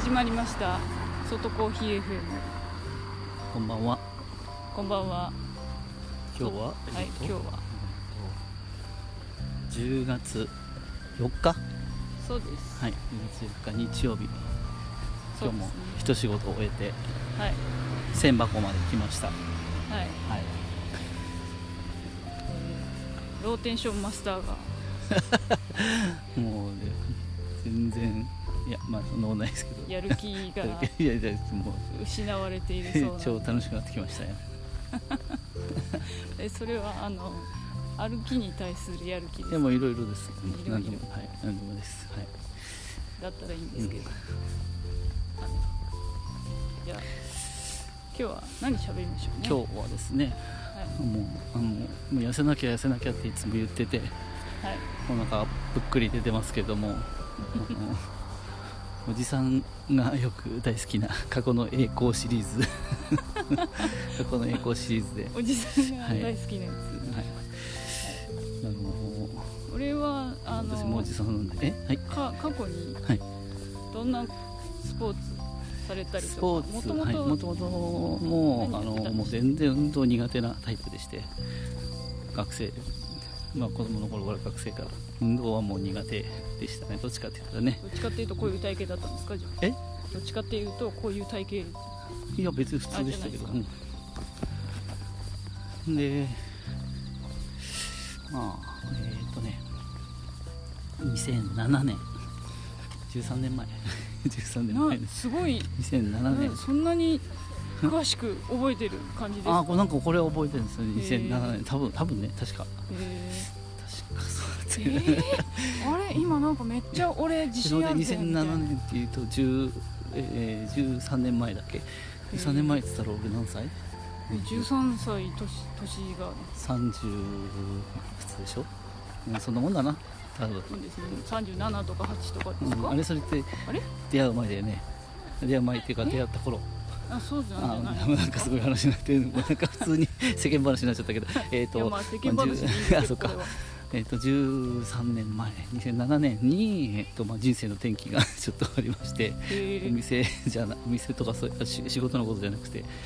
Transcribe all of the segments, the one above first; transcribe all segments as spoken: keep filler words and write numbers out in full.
始まりました外コーヒー エフエム。 こんばんは。 こんばんは。 今日は、 はい、 えっと今日はじゅうがつよっか。 そうです。 はい、じゅうがつよっか日曜日。今日も一仕事を終えて、 はい、 千箱まで来ました。はい、 はい、 はい、 えー、ローテンションマスターがもうね、全然いやまあそんなことないですけど、 やる気がいやいやもう失われているそうな超楽しくなってきましたよ。 えそれはあの歩きに対するやる気ですか？ でもいろいろです。 いろいろ何でも、はい、何でもです。はい。 だったらいいんですけど、うん、じゃあ今日は何喋りましょうね。 今日はですね、はい、もうあのもう痩せなきゃ痩せなきゃっていつも言ってて、はい、お腹ぷっくり出てますけどもおじさんがよく大好きな過去の栄光シリーズ過去の栄光シリーズでおじさんが大好きなやつ、はいはい、 あの俺はあの私もおじさんなんで、え、はい、 か過去にどんなスポーツされたりとか、 スポーツ、はい、もともともうあのもう全然運動苦手なタイプでして、学生まあ、子供の頃から学生から運動はもう苦手でしたね。どっちかって言ったらね。 どっちかっていうとこういう体型だったんですか？じゃあえどっちかっていうとこういう体型？ いや別に普通でしたけど、うん、でまあえっ、ー、とねにせんななねんじゅうさんねんまえじゅうさんねんまえです。 すごいにせんななねんそんなに詳しく覚えてる感じですか？ ああ、なんかこれは覚えてるんですよ。にせんななねん、多分多分ね、確か。 えー、確かそうですね。えー、あれ今なんかめっちゃ俺自信あるにせんななねんっていうとじゅう、えー、じゅうさんねんまえだっけ？じゅうさんねんまえって言ったら俺何歳？ じゅうさんさい年年がさんじゅう普通でしょ？うん、そんなもんだな。多分。 そうですね。さんじゅうななとかはちとかですか？ うん、あれそれってあれ出会う前だよね。出会う前っていうか出会った頃。 あ、そうじゃない。 なんかすごい話になってなんか普通に世間話になっちゃったけど、えっと、 まあ世間話でいいんですけど、 あ、そっか。えっとじゅうさんねんまえ、にせんななねんにえっとまあ人生の転機がちょっとありまして、お店じゃな、お店とかそういう仕事のことじゃなくて、うん、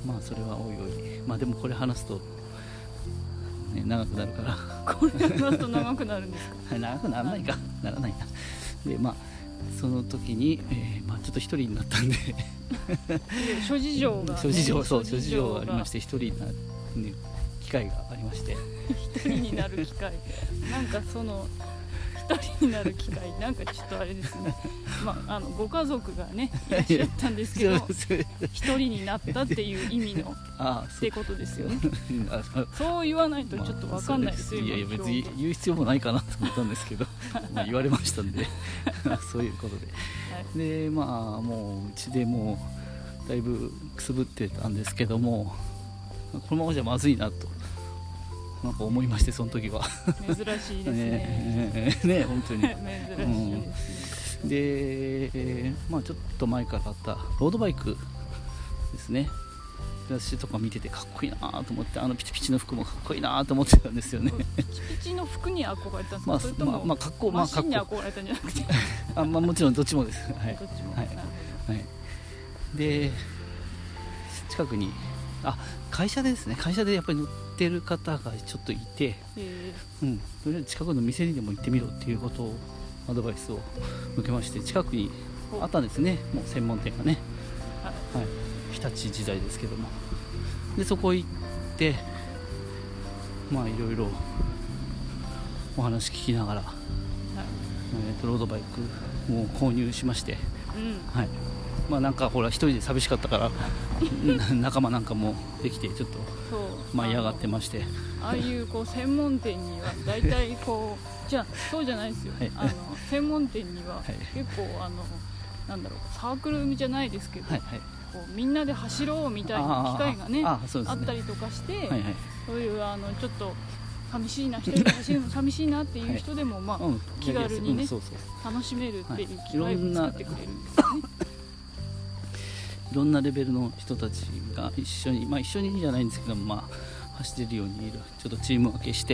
まあそれはおいおい、まあでもこれ話すとね長くなるから。 これ話すと長くなるんですか？ 長くならないか、ならないな。でまあ。その時に、えーまあ、ちょっと一人になったんで諸事情が、ね、 諸事情そう諸事情がありまして一人になる機会がありまして一人になる機会なんかその一人になる機会なんかちょっとあれですね、まあ、あのご家族がねいらっしゃったんですけど一人になったっていう意味のあってことですよね。そう言わないとちょっと分かんないですよ。 いやいや別に言う必要もないかなと思ったんですけどまあ言われましたんでそういうことで、はい、でまあもううちでもうだいぶくすぶってたんですけども、このままじゃまずいなとなんか思いまして、その時は珍しいですねねえ、ね、本当に珍しいですね、 うん、で、まあ、ちょっと前からあったロードバイクですね。私とか見ててかっこいいなと思って、あのピチピチの服もかっこいいなと思ってたんですよね。 ピチピチの服に憧れたんですか？ まあ、 それとも、 まあまあ、格好、 マシンに憧れたんじゃなくてあ、まあ、もちろんどっちもです、はい、 どっちも、 はいはい、で近くにあ会社でですね会社でやっぱり乗ってる方がちょっといて、うん、とりあえず近くの店にでも行ってみろっていうことをアドバイスを受けまして、近くにあったんですね、もう専門店がね、はいはい、日立時代ですけども、でそこ行ってまあいろいろお話聞きながら、はい、えー、とロードバイクを購入しまして、うん、はい、まあなんかほら一人で寂しかったから仲間なんかもできてちょっと舞い上がってまして、 ああいうこう専門店には大体こうじゃあそうじゃないですよ、はい、あの専門店には結構あのなんだろうサークルじゃないですけど、はいはい、こうみんなで走ろうみたいな機会が ね, あ, あ, ねあったりとかして、はいはい、そういうあのちょっと寂しいな一人で走るの寂しいなっていう人でも、まあはい、うん、気軽にね、うん、そうそう楽しめるっていう機会を作ってくれるんですよね。 いろんなレベルの人たちが一緒に、まあ、一緒にじゃないんですけど、まあ、走ってるようにいるちょっとチーム分けして、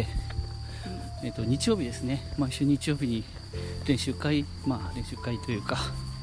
うん、えー、と日曜日ですね、毎週日曜日に練習会、まあ、練習会というか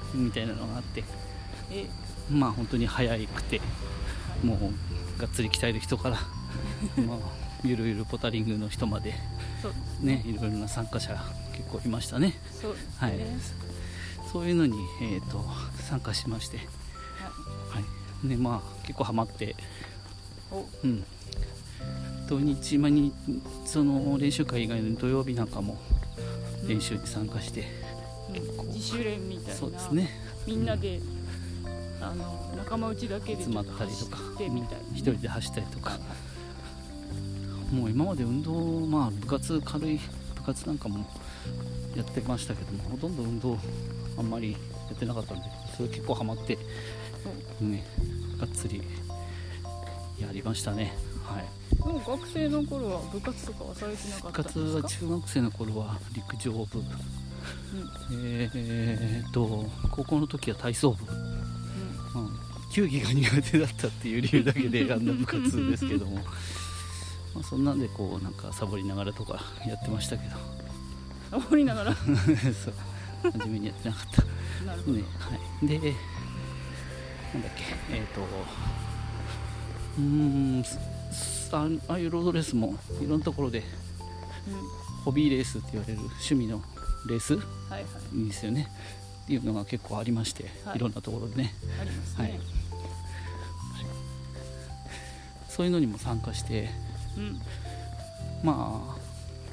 みたいなのがあって、 えまあ本当に速くて、もうがっつり鍛える人からまあゆるゆるポタリングの人までそうですね、いろいろな参加者結構いましたね。 そうですね、 はい、そういうのに、えー、と参加しまして、はいはい、でまあ結構ハマって、うん、土日間にその練習会以外の土曜日なんかも練習に参加して、 うん、自主練みたいな、 そうですね、 みんなで、うん、あの仲間内だけで集まったりとか、 みたいな、ね、 一人で走ったりとか、もう今まで運動、まあ、部活軽い部活なんかもやってましたけども、ほとんど運動あんまりやってなかったんで、それ結構ハマって、ね、がっつりやりましたね。はい、 でも学生の頃は部活とかはされてなかったんですか？ 部活は中学生の頃は陸上部、うん、えー、と高校の時は体操部、うんうん、球技が苦手だったっていう理由だけで選んだ部活ですけどもまあそんなんでこうなんかサボりながらとかやってましたけど、 サボりながらそう真面目にやってなかったなるほど、 ね、はい、でなんだっけ、えっ、ー、とうーんああいうロードレースもいろんなところで、うん、ホビーレースって言われる趣味のレース、はいはい、いいですよねっていうのが結構ありまして、はい、いろんなところでね、 ありますね、はい、 そういうのにも参加して、うん、まあ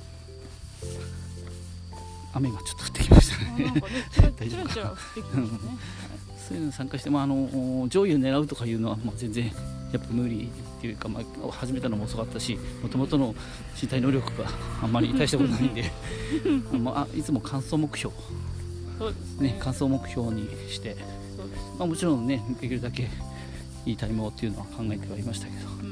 雨がちょっと降ってきましたね。 なんかね、チラチラチラ降ってきましたね。 そういうのに参加して、まあ、あの上位を狙うとかいうのは、まあ、全然やっぱ無理っていうか、まあ、始めたのも遅かったし、もともとの身体能力があんまり大したことないんであ、まあ、いつも完走目標、 そうですね、 ね、完走目標にして、そうですね、まあ、もちろんねできるだけいいタイムをっていうのは考えてはいましたけど、うんうん、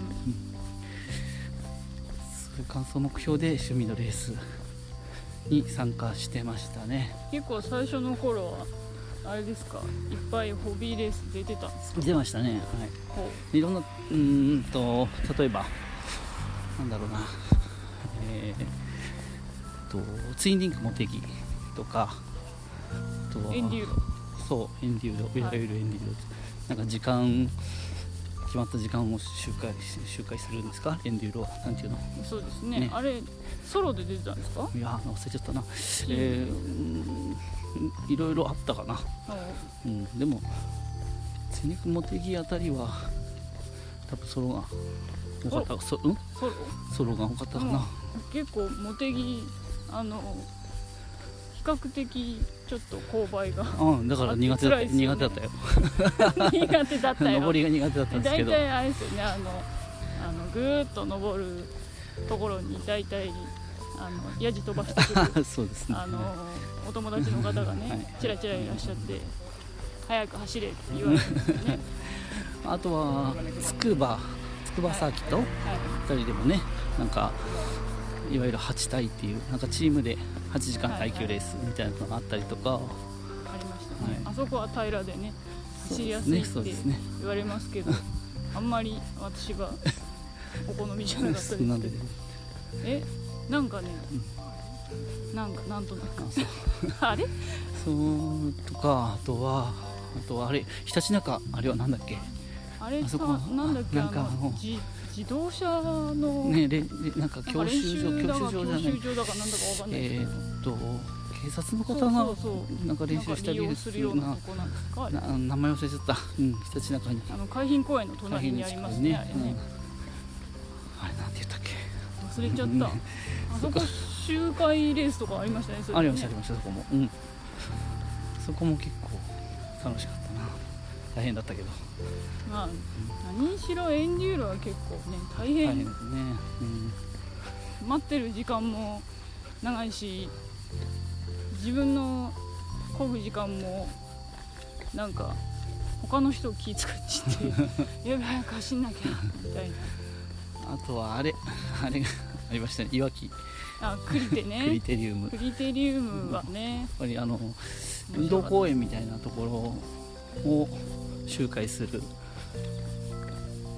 そういう完走目標で趣味のレースに参加してましたね。 結構最初の頃はあれですか、いっぱいホビーレース出てたんですか？ 出ましたね、はい、いろんな、うーんと例えばなんだろうな、えー、とツインリンクモテギとか、 とエンデューロ、 そうエンデューロ、いわゆるエンデューロ、はい、なんか時間決まった時間を周回周回するんですか、エンデューロなんていうの。 そうです ね, ねあれソロで出てたんですか？ いや忘れちゃったな、えー、いろいろあったかな、うん、でもツインリンクモテギあたりは多分ソロが多かった、そ、うん、ソロソロが多かったかな。 結構モテギあの比較的ちょっと勾配が、 うん、だから苦手だった、ね、苦手だったよ苦手だったよ登りが苦手だったんですけど、 大体あれですよね、あのあのぐーっと登るところに大体あのヤジ飛ばしてくるそうですね、 あのお友達の方がね、はい、チラチラいらっしゃって、早く走れって言われるんですよねあとはつくばつくばサーキット、はいはい、ふたりでもね、なんかいわゆるはち体っていうなんかチームではちじかん耐久レースみたいなのがあったりとか、はいはい、 ありましたね、はい、あそこは平らでね走りやすいって言われますけど、ねね、あんまり私がお好みじゃなかったですけどえなんかね、うん、なんかなんとなくあれそうとか、あとはあとはあれひたちなか、あれはなんだっけ、 あれさなんだっけ、なんかあの自自動車のねれなんか教習所教習所じゃない、 教習所だかなんだかわかんないですけど、えー、っと警察の方がなんか練習したりするような、名前忘れちゃった、うん、ひたちなかにあの海浜公園の隣にありますね、ね、あれね、うん、 あれなんて言ったっけ忘れちゃった、うん、あそこ周回レースとかありましたね、それね、 ありましたありました、そこも、うん、そこも結構楽しかったな、大変だったけど、 まあ、何にしろエンデューロは結構ね大変、 大変ですね、 うん、待ってる時間も長いし、自分の漕ぐ時間もなんか他の人を気遣っちってやべ早く走んなきゃみたいな。 あとはあれあれがありましたね、いわき、 あクリテねクリテリウムクリテリウムはね、 やっぱりあの運動公園みたいなところを周回する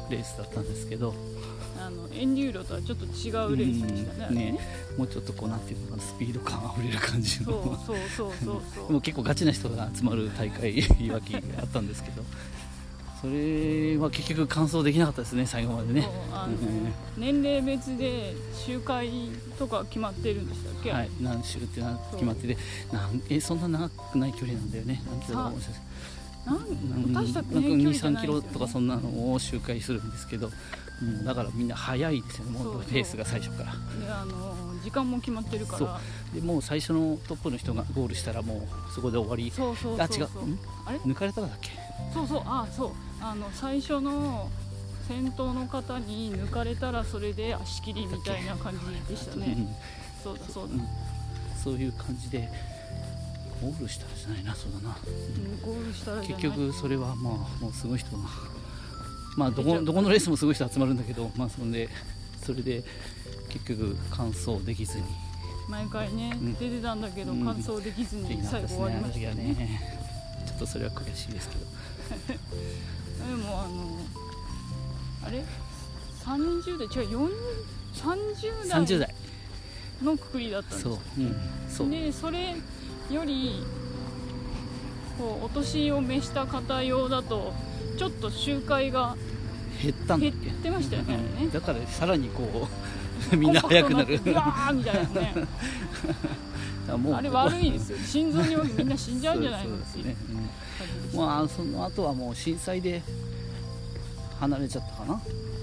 レースだったんですけど、 あのエンデューロとはちょっと違うレースでしたね。 うんね、もうちょっとこうなんていうのかな、スピード感あふれる感じの、 そうそうそうそうそうもう結構ガチな人が集まる大会いわきがあったんですけど、それは結局完走できなかったですね、最後までね。 あの、うん、年齢別で周回とか決まってるんでしたっけ？ はい、何周ってな決まってて、なんえそんな長くない距離なんだよね。なんていうのかなん私たちに、に、さんキロとかそんなのを周回するんですけど、うん、だからみんな速いですよね、もうペースが最初から。であの時間も決まってるから、 そうでもう最初のトップの人がゴールしたらもうそこで終わり。 そうそうそうそう、 あ違う、 あれ抜かれたらだっけ？ そうそう、あそうあの最初の先頭の方に抜かれたらそれで足切りみたいな感じでしたね。うん、そうだそうだ、うん、 そういう感じでゴールしたらじゃないな、そうだな、 うん、ゴールしたらじゃない。 結局それはまあもうすごい人が、まあどこどこのレースもすごい人集まるんだけど、まあそんでそれで結局完走できずに、 毎回ね、うん、出てたんだけど、うん、完走できずに最後終わりましたね。 ねちょっとそれは悔しいですけどでもあのあれさんじゅうだい違うよんさんじゅうだいのくくりだったんです。 そう、うん、そうでそれよりこうお年を召した方用だとちょっと周回が減ったんだっけ？ 減ってましたよね、 うん、だからさらにこうみんな速くなる、 うわーみたいなねもうあれ悪いですよ、心臓にみんな死んじゃうんじゃないのっていう。 まあその後はもう震災で離れちゃったかな。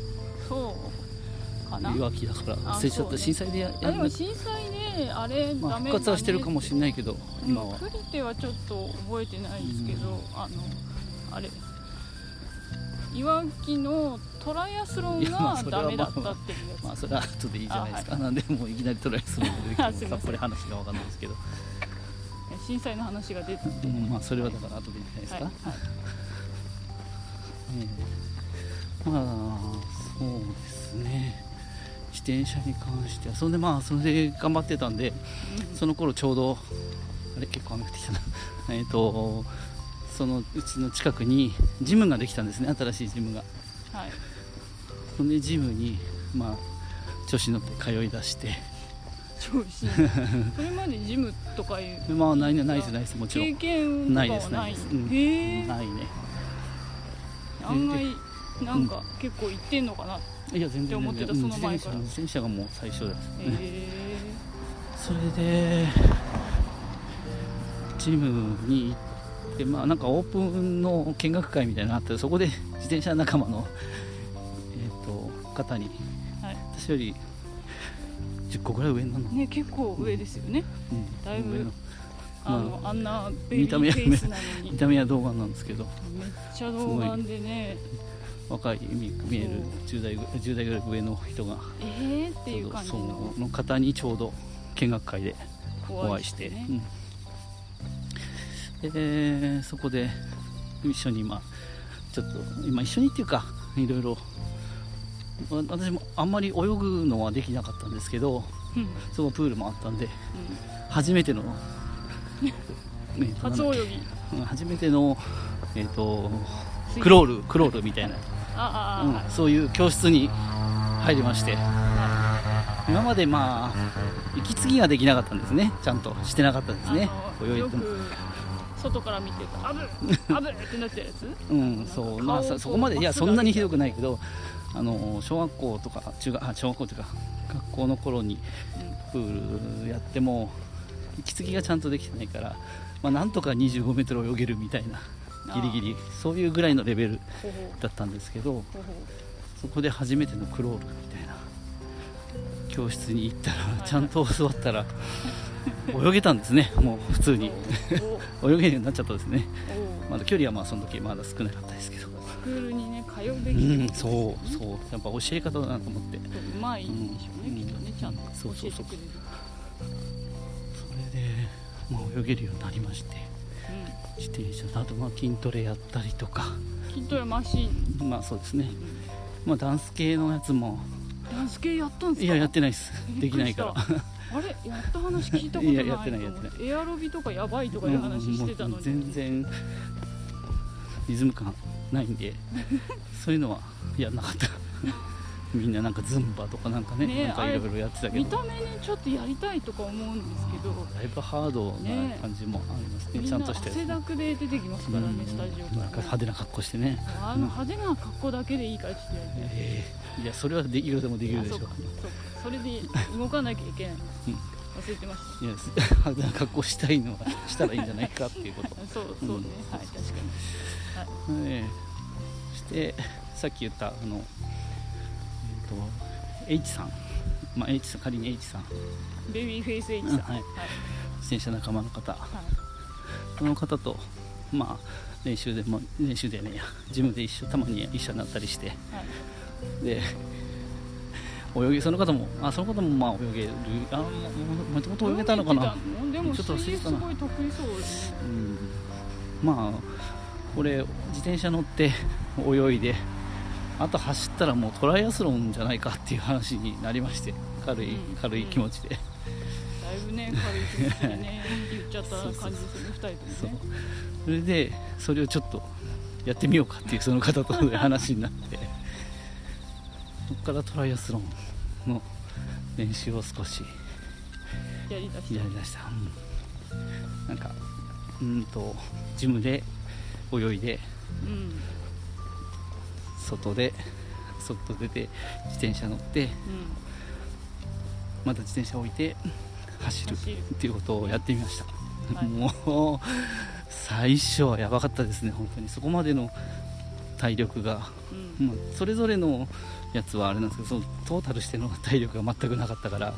そうかな、 いわきだから忘れちゃった、ね、震災でややあでも震災であれダメ、 まあ、復活はしてるかもしれないけど、今はクリテはちょっと覚えてないですけど、うん、あのあれいわきのトライアスロンがダメだったっていうやつ。 まあそれは後でいいじゃないですか。なんでもういきなりトライアスロンが出てきてもさっぱり話が分かんないですけど、 震災の話が出てて、 うん、まあそれはだから後でいいじゃないですか。はいはいえー、まあそうですね、自転車に関してはそれでまあそれで頑張ってたんで、うん、その頃ちょうどあれ結構雨降ってきたなえっとそのうちの近くにジムができたんですね、新しいジムが。はい。そんでジムにまあ調子乗って通い出して。 調子それまでジムとかいうまあないね、ないですないです、もちろん経験とかはないですないです、うん、へえないね。 案外なんか結構行ってんのかなって思ってた、その前から。 自転車がもう最初ですね。 へえそれでジムに行って、まあなんかオープンの見学会みたいなのがあって、そこで自転車仲間のえっと方に、はい、私よりじゅっこぐらい上なのね、結構上ですよね、うん、だいぶあの、まあ、あんなベリーフェイスなのに見た目は童顔なんですけど、 めっちゃ童顔でね、 若い見えるじゅうだい、じゅうだいぐらい上の人がえーっていう感じの, その方にちょうど見学会でお会いして、ねうん、でそこで一緒に、まあ、ちょっと今一緒にっていうかいろいろ私もあんまり泳ぐのはできなかったんですけど、うん、そこプールもあったんで、うん、初めての、 ね、初泳ぎ初めての、えー、とクロールクロールみたいなああ、 うん、そういう教室に入りまして、はい、今までまあ息継ぎができなかったんですね、ちゃんとしてなかったんですね。泳いでも外から見てあぶあぶってなってるやつうんそうまあそこまでいやそんなにひどくないけど、あの小学校とか中学あ小学校というか学校の頃にプールやっても息継ぎがちゃんとできてないから、まあ、なんとかにじゅうごメートル泳げるみたいなギリギリそういうぐらいのレベルだったんですけど、そこで初めてのクロールみたいな教室に行ったらちゃんと教わったら泳げたんですね、もう普通に泳げるようになっちゃったですね。まだ距離はまあその時まだ少なかったですけど、 スクールにね通うべき、 うん、そうそうやっぱ教え方だなと思って、うまいんでしょうね、うん、きっとねちゃんと教えてくれる。そうそうそう、 それで、まあ、泳げるようになりまして、うん、自転車あとまあ筋トレやったりとか、 筋トレマシンまあそうですね、うん、まあダンス系のやつもダンス系やったんですか？ いややってないです、できないからあれやった話聞いたことない。いややってないやってない。 エアロビとかやばいとかいう話してたのに、 うん、全然リズム感ないんでそういうのはやんなかったみんななんかズンバとかなんか ね, ねなんかいろいろやってたけど、 見た目ねちょっとやりたいとか思うんですけど、 だいぶハードな感じもありますね。 ね、 ちゃんとして汗だくで出てきますからね、スタジオから、ね、 なんか派手な格好してね、 あの派手な格好だけでいいからちょっとやりたい、 えー、いやそれはできるでもできるでしょう。 そうかそうか、それで動かなきゃいけない、うん、忘れてました。 いや派手な格好したいのはしたらいいんじゃないかっていうことそうそうね、うん、はい、確かに、はい、 えー、そしてさっき言ったあの、えー、と H さん、まあ、H さん仮に H さんベビーフェイス H さん、うん、はい、 自転車仲間の方、はい、その方と、まあ、練習でも練習でねジムで一緒たまに一緒になったりして、はい、で泳ぎその方もあその方もまあ泳げるあももともと泳げたのかな、 でもちょっと水泳すごい得意そうですね、 うん、まあこれ自転車乗って泳いであと走ったらもうトライアスロンじゃないかっていう話になりまして、軽い、うん、軽い気持ちで、だいぶね軽い気持ちでね言っちゃった感じですよねふたりともね。 それでそれをちょっとやってみようかっていうその方と話になってそこからトライアスロンの練習を少しやりだしたやりだした、うん、なんかうんとジムで泳いで、うん、外で外出て自転車乗って、うん、また自転車置いて走るっていうことをやってみました、はい、もう最初はやばかったですね。本当にそこまでの体力が、うんまあ、それぞれのやつはあれなんですけど、そのトータルしての体力が全くなかったから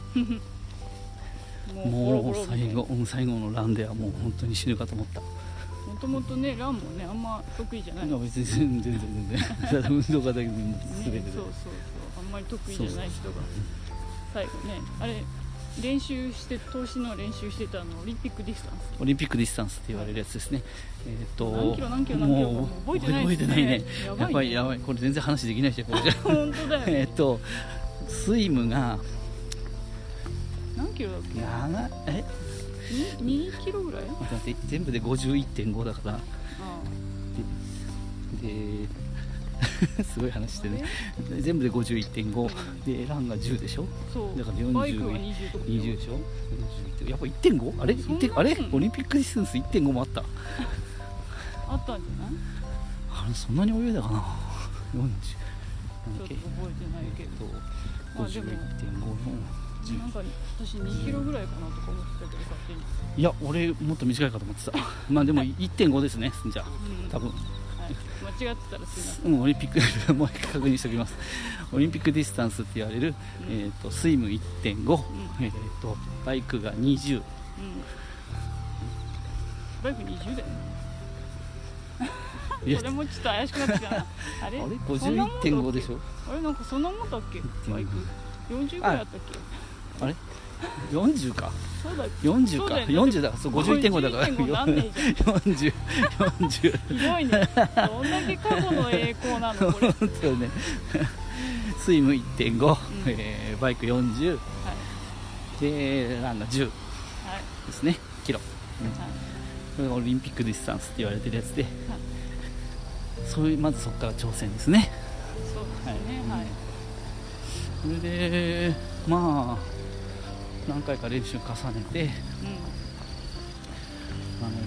もう最後、最後のランではもう本当に死ぬかと思った。 もともとねランもねあんま得意じゃない。 別に全然全然運動家だけで全てで、ね、 そうそうそうあんまり得意じゃない人が最後ねあれ練習して投資の練習してたのオリンピックディスタンスオリンピックディスタンスって言われるやつですね、えー、と何キロ何キロ何キロかもう覚えてないですね。 覚えてないね。 やばいねやばいやばいこれ全然話できないしこれじゃ本当だよねえっとスイムが何キロだっけなえ 2, 2キロぐらい待って全部で ごじゅういってんご だから、ああでですごい話してね全部で ごじゅういってんご でランがじゅうでしょ。 そうだからよんじゅうバイクはにじゅうとかにじゅうでしょ。やっぱ いってんご? あれあれオリンピックディスタンス いってんご もあったあったんじゃない。 あれそんなに泳いだかな。よんじゅうちょっと覚えてないけど、 えー、ごじゅういってんご のなんか私にキロぐらいかなとか思ってたけど勝手に。 いや俺もっと短いかと思ってたまあでも いってんご ですねじゃあ、うん、多分間違ってたらすいません、うん、オリンピックもう一回確認しておきます。オリンピックディスタンスって言われる、うんえー、とスイム いってんご、うんえー、とバイクがにじゅう、うん、 バイクにじゅうだよねそれもちょっと怪しくなってきたなあれあれ ごじゅういってんご でしょ。 あれなんかそんなもんだっけバイクよんじゅうぐらいあったっけ。 あれよんじゅうか。 そうだよんじゅうか。だよんじゅうだ。そう ごじゅういってんご だからよんじゅう よんじゅうひどいね。どんだけ過去の栄光なのこれ。 本当ね。スイム いってんご、うんえー、バイクよんじゅう、はい、でランがじゅうですね、はい、キロ、うんはい、これがオリンピックディスタンスって言われてるやつで、はい、そういうまずそこから挑戦ですね。 そうですね。はい。 それでまあ何回か練習重ねて、うん、あの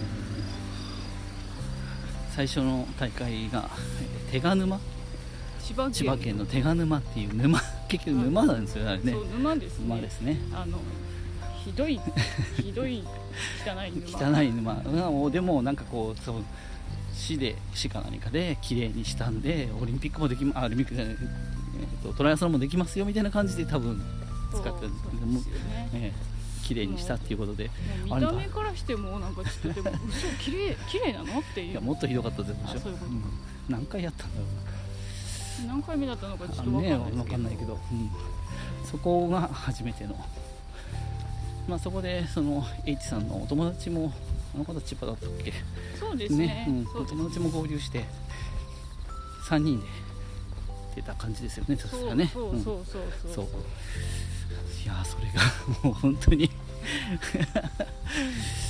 最初の大会が手賀沼千葉県、 千葉県の手賀沼っていう沼結局沼なんですよね。あれね。 そう沼ですね。 沼ですね。 あのひどいひどい汚い沼。 汚い沼。でもなんかこうそう市で市か何かで綺麗にしたんでオリンピックもできまあオリンピックじゃない、えー、とトライアスロンもできますよみたいな感じで多分使ってるんですけども、えー、綺麗にしたっていうことで、 見た目からしてもなんかちょっとでも嘘綺麗綺麗なのっていう。 いやもっとひどかったですよ。 そういうこと、 うん、何回やったんだろう。 何回目だったのかちょっと分かんないですけど、 ね、分かんないけど、うん、そこが初めての、まあ、そこでその H さんのお友達もあの方千葉だったっけ。 そうですね、 ね、うん、お友達も合流してさんにんで出た感じですよね。 そうそうそうそうそうそう、うん、 いやそれがもう本当に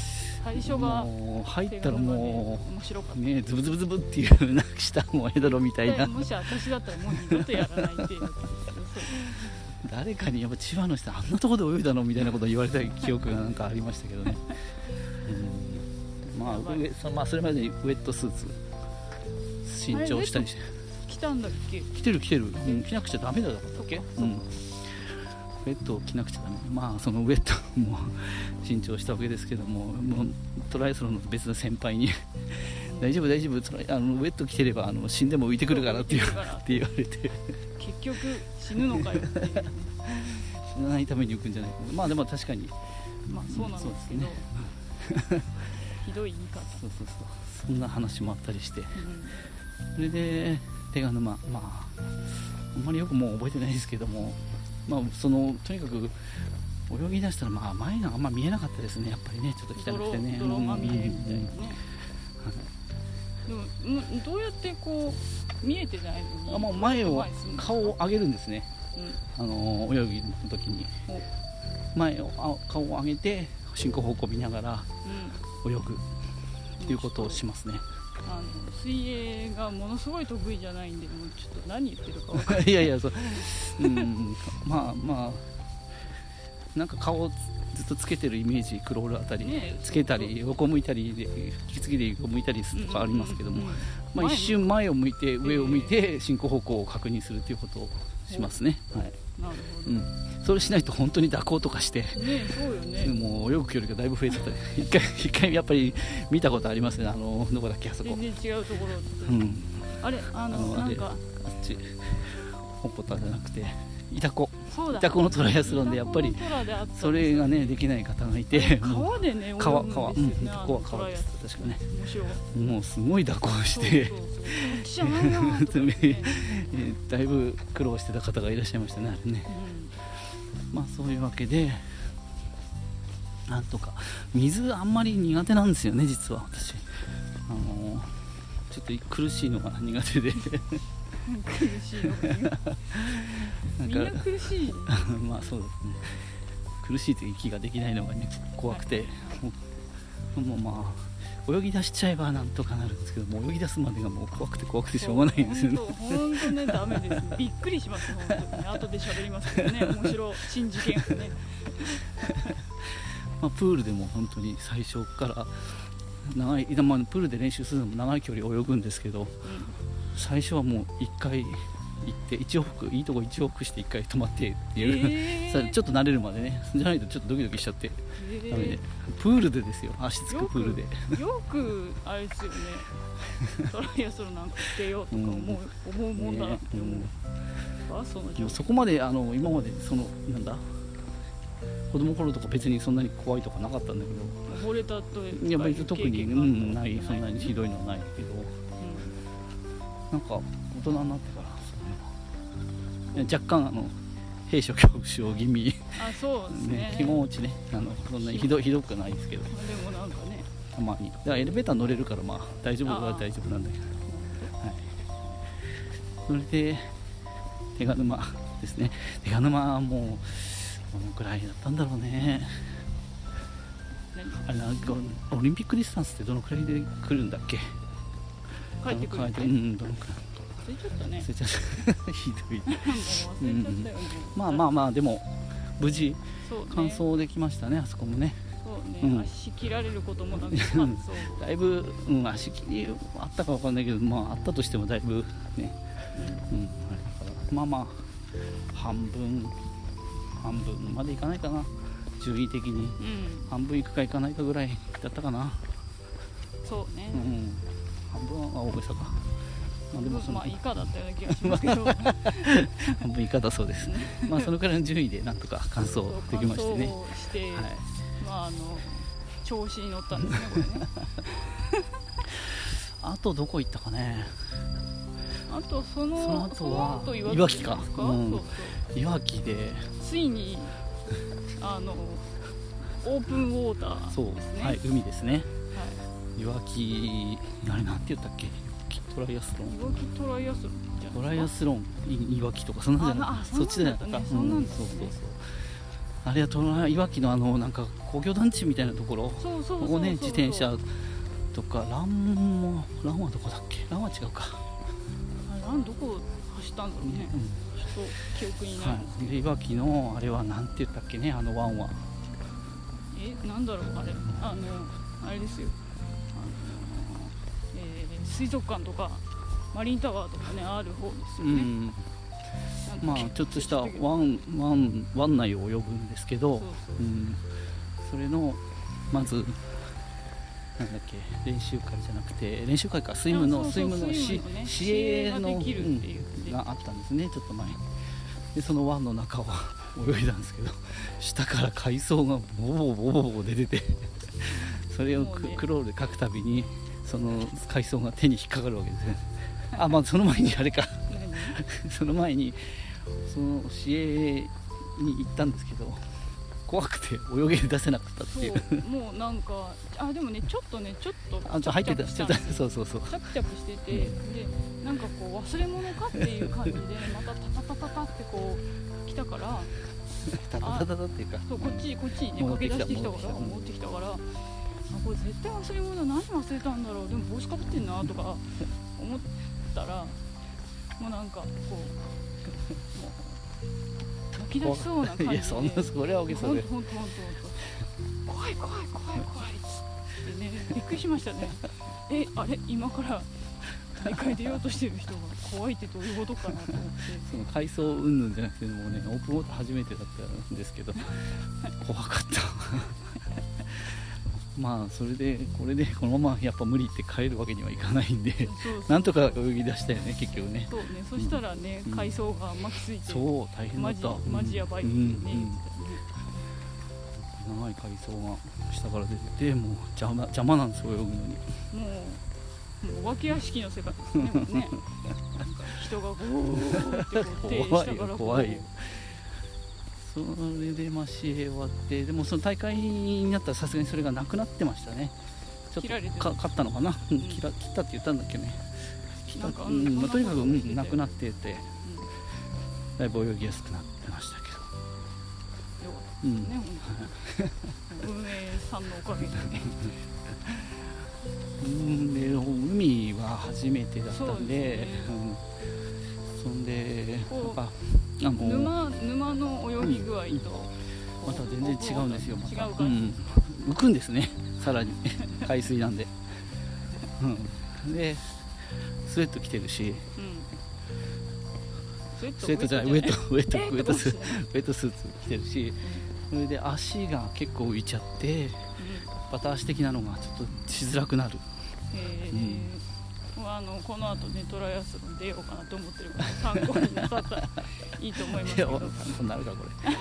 最初がもう入ったらもう面白かったね、ズブズブズブっていうなんか下もエドロみたいな。 もし私だったらもう二度とやらないっていうやつですよ。 誰かにやっぱ千葉の人あんなところで泳いだのみたいなことを言われた記憶がなんかありましたけどね。うん、まあ上そまあそれまでにウェットスーツ新調したりして。 来たんだっけ？ 来てる来てる、うん、着なくちゃダメだったっけ？うん。ウェットを着なくちゃダメ。まあそのウェットも新調したわけですけども、もうトライアスロンの別の先輩に大丈夫大丈夫、あのウェット着てればあの死んでも浮いてくるからって言われて結局死ぬのかよって死なないために浮くんじゃない。まあでも確かにまあそうなんですけど、ね、ひどい言い方。 そうそうそう、そんな話もあったりして、うん、それで手賀沼、まああんまりよくもう覚えてないですけども、まあそのとにかく泳ぎ出したらまあ前があんま見えなかったですね、やっぱりね、ちょっと汚くてね、 泥まみれみたいなね。でもどうやってこう見えてないのに、 あ、まあ、前を顔を上げるんですね、うん、あの泳ぎの時に前を顔を上げて進行方向を見ながら泳ぐっていうことをしますね。 あの水泳がものすごい得意じゃないんで、もうちょっと何言ってるか分からないいやいやそう、うん、まあまあなんか顔をずっとつけてるイメージ、クロールあたり、ね、つけたり横向いたりで引き継ぎで横向いたりとかありますけども、うんうんうん、まあ、一瞬前を向いて上を向いて進行方向を確認するということをしますね、はい、 なるほど、 うん、それしないと本当に蛇行とかして、 ね、そうよね、 もう泳ぐ距離がだいぶ増えちゃったり一回一回やっぱり見たことありますね、あのどこだっけ、あそこ全然違うところ、 うん、 あれあのなんかあっちホッポタじゃなくてイタコ、 イタコのトライアスロンでやっぱりそれがねできない方がいて、 川でね、 川川、うん、イタコは川です、確かね、もうすごい蛇行してだいぶ苦労してた方がいらっしゃいましたね、あれね、うん、まあそういうわけでなんとか水あんまり苦手なんですよね、実は私、あのー、ちょっと苦しいのが苦手で苦しいのが苦手みんな苦しいまあそうですね、苦しいという息ができないのがね怖くて、はい、もうまあ泳ぎ出しちゃえばなんとかなるんですけども、泳ぎ出すまでがもう怖くて怖くてしょうがないんですよね。 本当ね、ダメです、びっくりします、本当にね、後で喋りますけどね、面白い新事件をねまあプールでも本当に最初から長い、まあ、プールで練習するのも長い距離泳ぐんですけど、うん、最初はもういっかい行っていち往復、いいとこいち往復していっかい止まってっていう、えー、ちょっと慣れるまでね、じゃないとちょっとドキドキしちゃって、えー、ダメでプールでですよ、足つくプールでよく、よくあれですよねトライアスロンなんかしてよとか思う、うん、思うもんだなって思う、ね、うん、そのもうそこまであの今までそのなんだ子供の頃とか別にそんなに怖いとかなかったんだけど、 溺れたとやっぱり特に、うん、ない、そんなにひどいのはないけど、うん、なんか大人になってから若干あの閉所恐怖症気味、 あ、そうですね、 ね、気持ちね、あのそんなにひどひどくないですけど、でもなんかね、 たまにだからエレベーター乗れるからまあ大丈夫は大丈夫なんだけど、はい、それで手賀沼ですね、手賀沼はもうどのくらいだったんだろうね、あれなんかオリンピックディスタンスってどのくらいで来るんだっけ、 帰ってくる、 うん、どのくらい忘れちゃったね、 忘れちゃったひどい、うん、まあまあまあでも無事完走できましたね、あそこもね、 そうね、うん、足切られることもなく完走だいぶ、うん、足切りあったか分かんないけど、まああったとしてもだいぶね、うんうん、あれだからまあまあ半分半分までいかないかな、順位的に、うん、半分いくかいかないかぐらいだったかな、 そうね、 うん、半分は大げさか、 まあ、でもそのまあ以下だったような気がしますけど半分以下だそうです、まあそのくらいの順位でなんとか完走できましてね、 して、はい、まああの調子に乗ったんですねこれねあとどこ行ったかね、 あとそのその後はいわきか、うん、 そうそう、 いわきでついにあのオープンウォーターですね、 そう、はい、海ですね、はい、いわきあれなんて言ったっけ、トライアスロン、 いわきトライアスロンじゃトライアスロンいわきとかそんなんじゃなかった、そっちじゃなかった、 そんなんだね、 そうそうそう、 あれは隣いわきのあのなんか工業団地みたいなところをね、自転車とかランもランはどこだっけ、ランは違うか、 ランどこ走ったんだろうね、うん、ちょっと記憶にないんですけど、 はい、でいわきのあれはなんて言ったっけね、あのワンはえなんだろうあれ、あのあれですよ、あの、えー、水族館とかマリンタワーとかねある方ですよね、うん、 まあちょっとしたワンワン湾内を泳ぐんですけど、そうそう、うん、それのまずなんだっけ、練習会じゃなくて練習会か、スイムのスイムの市営の、うん、があったんですね、ちょっと前に。でその湾の中を泳いだんですけど、下から海藻がボボボボボ出ててそれをク、ね、クロールでかくたびにその海藻が手に引っかかるわけですねあ、まあその前にあれかその前にその市営に行ったんですけど、怖くて泳げ出せなかったっていう。 そうもうなんかあでもねちょっとねちょっとあちょ入ってたちょっとそうそうそうチャプチャプしてて、でなんかこう忘れ物かっていう感じでまたタタタタタってこう来たからタタタタタっていうか、 そうこっちこっちにね駆け出してきたから持ってきたから、あこれ絶対忘れ物何忘れたんだろう、でも帽子かぶってんなとか思ったらもうなんかこうもう泣き出しそうな感じで、いやそんなそれは大げさで、 ほんとほんとほんと怖い怖い怖い怖い怖いっつってねびっくりしましたねえあれ今から大会出ようとしてる人が怖いってどういうことかなと思ってその海藻云々じゃなくてもうねオープンウォーター初めてだったんですけど怖かったまあそれでこれでこのままやっぱ無理って帰るわけにはいかないんでそうそうそうなんとか泳ぎ出したよね結局ね。 そうね、そしたらね、うん、海藻が巻きついてそう大変だった、 マジやばいってね、うんうん、 長い海藻が下から出ててもう邪魔、邪魔なんですよ泳ぐのに。もうお化け屋敷の世界ですねもうね人がゴーってこう手下からこう怖いよそれでまあ試合終わって、でもその大会になったらさすがにそれがなくなってましたね。ちょっとか勝ったのかな、うん、切ら切ったって言ったんだっけね。切ったうん、まあ、とにかく、うん、なくなってて、うん、だいぶ泳ぎやすくなってましたけど。よかったですね、うん、運営さんのおかげでね。 うんで海は初めてだったんで、そんでああの沼沼の泳ぎ具合と、うん、 また全然違うんですよ。また違う感じ、 うん、浮くんですねさらに海水なんで、うん、でスウェット着てるし、うん、スウェットじゃないウェットウェットウェットスウェットスーツ着てるし、それで足が結構浮いちゃって、うん、バタ足的なのがちょっとしづらくなる。 へー、うん、あのこの後ねトライアスロン出ようかなと思ってるから参考になさったらいいと思いますけど。参考になるかこ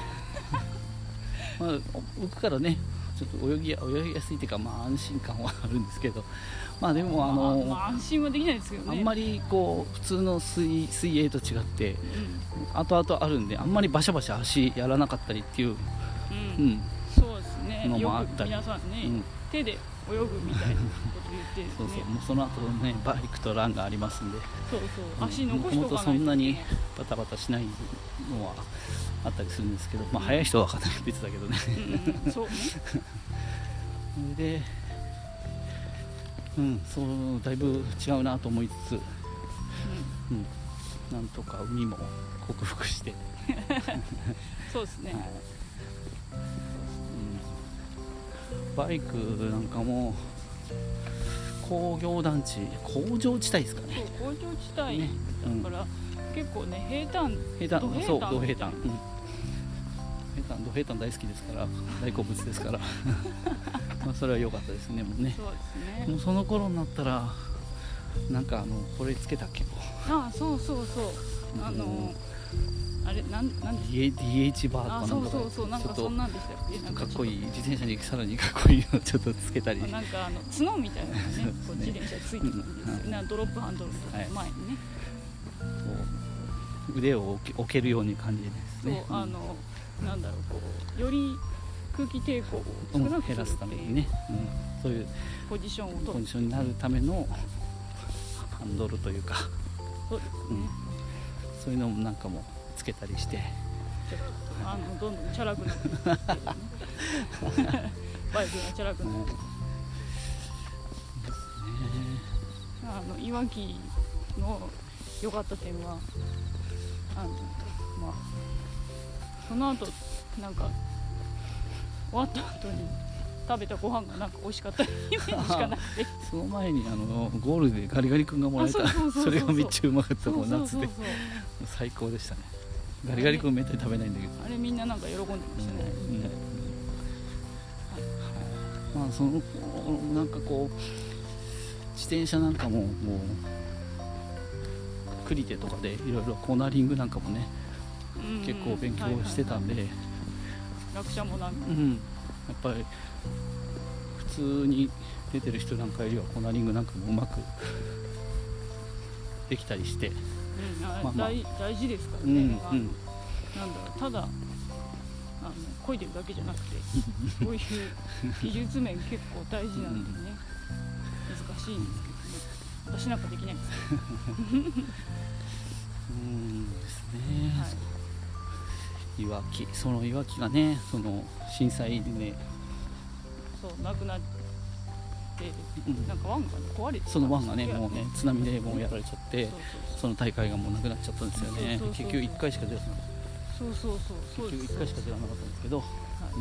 れまあ浮くからねちょっと泳ぎや泳ぎやすいっていうか、まあ安心感はあるんですけど、まあでもあの、 まあ、まあ安心はできないですけどね。 あんまりこう普通の水水泳と違って、うん、後々あるんであんまりバシャバシャ足やらなかったりっていう、 うんうん、そうですね。のもあったり、よく皆さんね、うん、手で泳ぐみたいなこと言って、ね、 そうそうもうその後ねバイクとランがありますんで、 そうそう足残しとかないと、 そんなにバタバタしないのはあったりするんですけど、まあ速い人はかなり別だけどね。 うん、そうね。 で、うんそうだいぶ違うなと思いつつ、うん、うん、なんとか海も克服して。 そうですね。はい、 バイクなんかも工業団地工場地帯ですかね。 そう工場地帯、ね、だから、うん、結構ね平坦平坦そうど平坦、うん、平坦ど平坦大好きですから大好物ですからまあそれは良かったですね。もうねそうですね。 もうその頃になったらなんかあのこれつけたっけああそうそうそうあの、うんあれなんなんですかディーエイチ バーとかなんかそうそうそうなんかそんなんでしたっけ。 かっこいい自転車にさらにかっこいいのちょっとつけたり、 なんかあの角みたいなのがねこう自転車ついてるんですよ、うん、なドロップハンドルとか前にね、はい、 腕を置け、置けるように感じですね。 そう、うん、あのなんだろうこうより空気抵抗を少なくするっていう、 減らすためにね、うん、そういうポジションを取るポジションになるためのハンドルというか、 そうですね、うん、 そういうのもなんかもつけたりして、 ちょっとあのどんどんチャラくなっていって、ね、バイクがチャラくなって、ね、あのいわきの良かった点はあの、まあ、その後なんか終わった後に食べたご飯がなんか美味しかったイメージしかなくてその前にあのゴールでガリガリ君がもらえた、それがめっちゃうまかった。もう夏で最高でしたね。ガリガリ君めったに食べないんだけど、 あれみんななんか喜んでましたね、うんうん、 まあそのなんかこう自転車なんかももうクリテとかでいろいろコーナリングなんかもね、うんうん、結構勉強してたんで、はいはいはい、 学者もなんか、 うん、やっぱり普通に出てる人なんかよりはコーナリングなんかもうまくできたりして、 うんあまあまあ、大, 大事ですからね、うんうん、なんだろう、ただあの漕いでるだけじゃなくてこういう技術面結構大事なんでね、うん、難しいんですけどね、私なんかできないんですけどうんですね、はい、いわき、そのいわきがね、その震災でね、 そうなくなって、うん、なんか湾が、ね、壊れてた、 その湾がね、もうね津波でもうやられちゃって、そうそうそう、その大会がもうなくなっちゃったんですよね。そうそうそうそう、結局いっかいしか出なかった。 そうそうそう、 結局いっかいしか出なかったんですけど、はい、うん、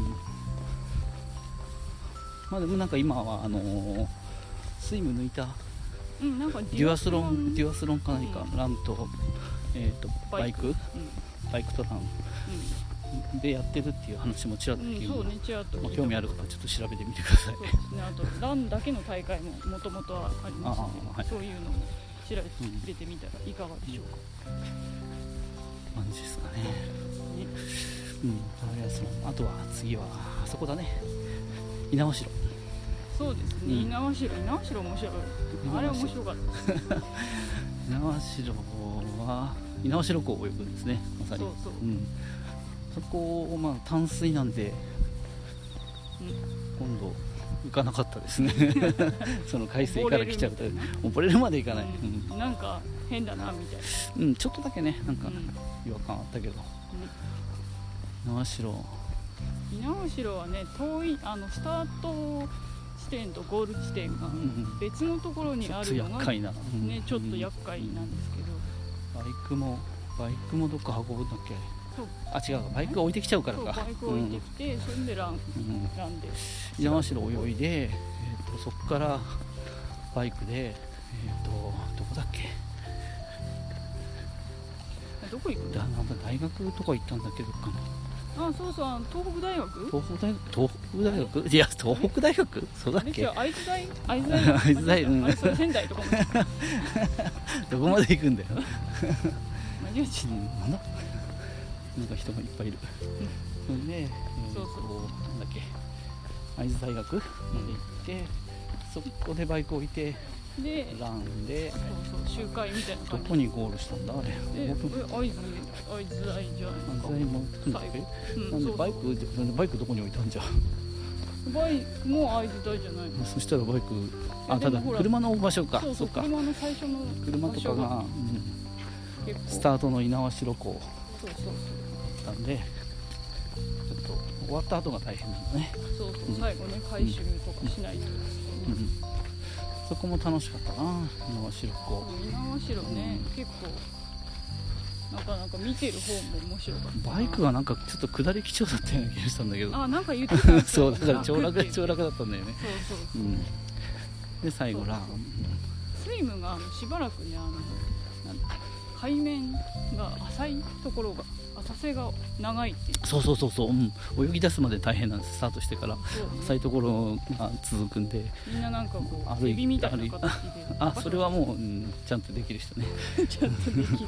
まあでもなんか今はあのー、スイム抜いた、うん、なんかデュアスロンデュアスロンか何か、うん、ランと、えー、とバイク、バイク、うん、バイクとラン、うん、でやってるっていう話もちらっと聞いて、うん、そうね、ちらっと、まあ、興味ある方はちょっと調べてみてください。そうですね、あとランだけの大会ももともとありますので、はい、そういうのも調べてみたらいかがでしょうか、うん、感じですかね。ね、うん、あとは次はあそこだね、猪苗代。そうですね、猪苗代、猪苗代面白い、あれ面白かったですね。猪苗代は猪苗代湖を泳ぐんですね、まさに。そうそう、うん、そこ、まあ、淡水なんで、うん、今度浮かなかったですね。その海水から来ちゃうと溺れるまでいかない、うんうん、なんか変だなみたいな、うん、ちょっとだけね、なんか違和感あったけど、猪苗代猪苗代はね、遠い、あのスタート地点とゴール地点が別のところにあるのが、ね、うん、ちょっと厄介なんですけど、バイクもバイクもどっか運ぶんだっけ。あ、違う、バイクを置いてきちゃうからか。バイクを置いてきて、うん、それでラン、うん、ランで猪苗代泳いで、えー、とそこからバイクで、えー、とどこだっけ、どこ行くんだ、なんか大学とか行ったんだけどかな。あ、そうそう、東北大学、東北大学、東北大学、いや東北大学、そうだっけ、会津大、会津大、会津大、うん、仙台とかもどこまで行くんだよ。うん、なんだ、なんか人がいっぱいいる。うん、で、えー、そうそう、なんだっけ、会津大学まで行って、そこでバイク置いて、でランで、そうそう、集会みたいな感じ。どこにゴールしたんだあれ。で、会津、会津大じゃないですか。会津大も来るんだっけ、うん、なんでバイク、なんでバイクどこに置いたんじゃ。バイクも会津大じゃないの。そしたらバイク、あ、ただ車の場所か。そうそう、車の最初の車とかが、うん、スタートの猪苗代湖だったんで、ちょっと終わった後が大変なんだね。そうそう、うん、最後ね、回収とかしないとですね、うんうん、そこも楽しかったな、猪苗代湖。猪苗代ね、うん、結構なかなか見てる方も面白かった。バイクがなんかちょっと下り基調だったような気がしたんだけど、あ、なんか言ってたんですよ。そう、だから長楽長楽だったんだよね。そうそうそう、うん、で最後ラン、スイムがしばらくね、あのなんだ、海面が浅いところが、浅瀬が長いっていう。そうそうそうそう、うん、泳ぎ出すまで大変なんです。スタートしてから浅いところが続くんで、みんななんかこう歩いてみたいな形で、あ、それはもう、うん、ちゃんとできる人ね。ちゃんとできる人。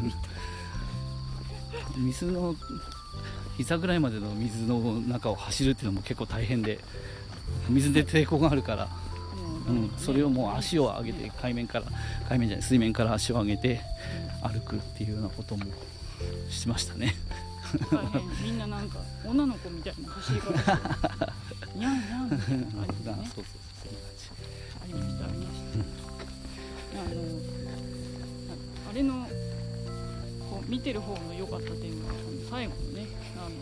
水の膝ぐらいまでの水の中を走るっていうのも結構大変で、水で抵抗があるから、うん、それをもう足を上げて、海面から海面じゃない、水面から足を上げて歩くっていうようなこともしましたね。大変、みんななんか女の子みたいな走り方してにゃんにゃんみたいな感じでね。そうそうそう、そんな感じありました、ありました、うん、あのあれのこう見てる方の良かった点が、最後のね、あの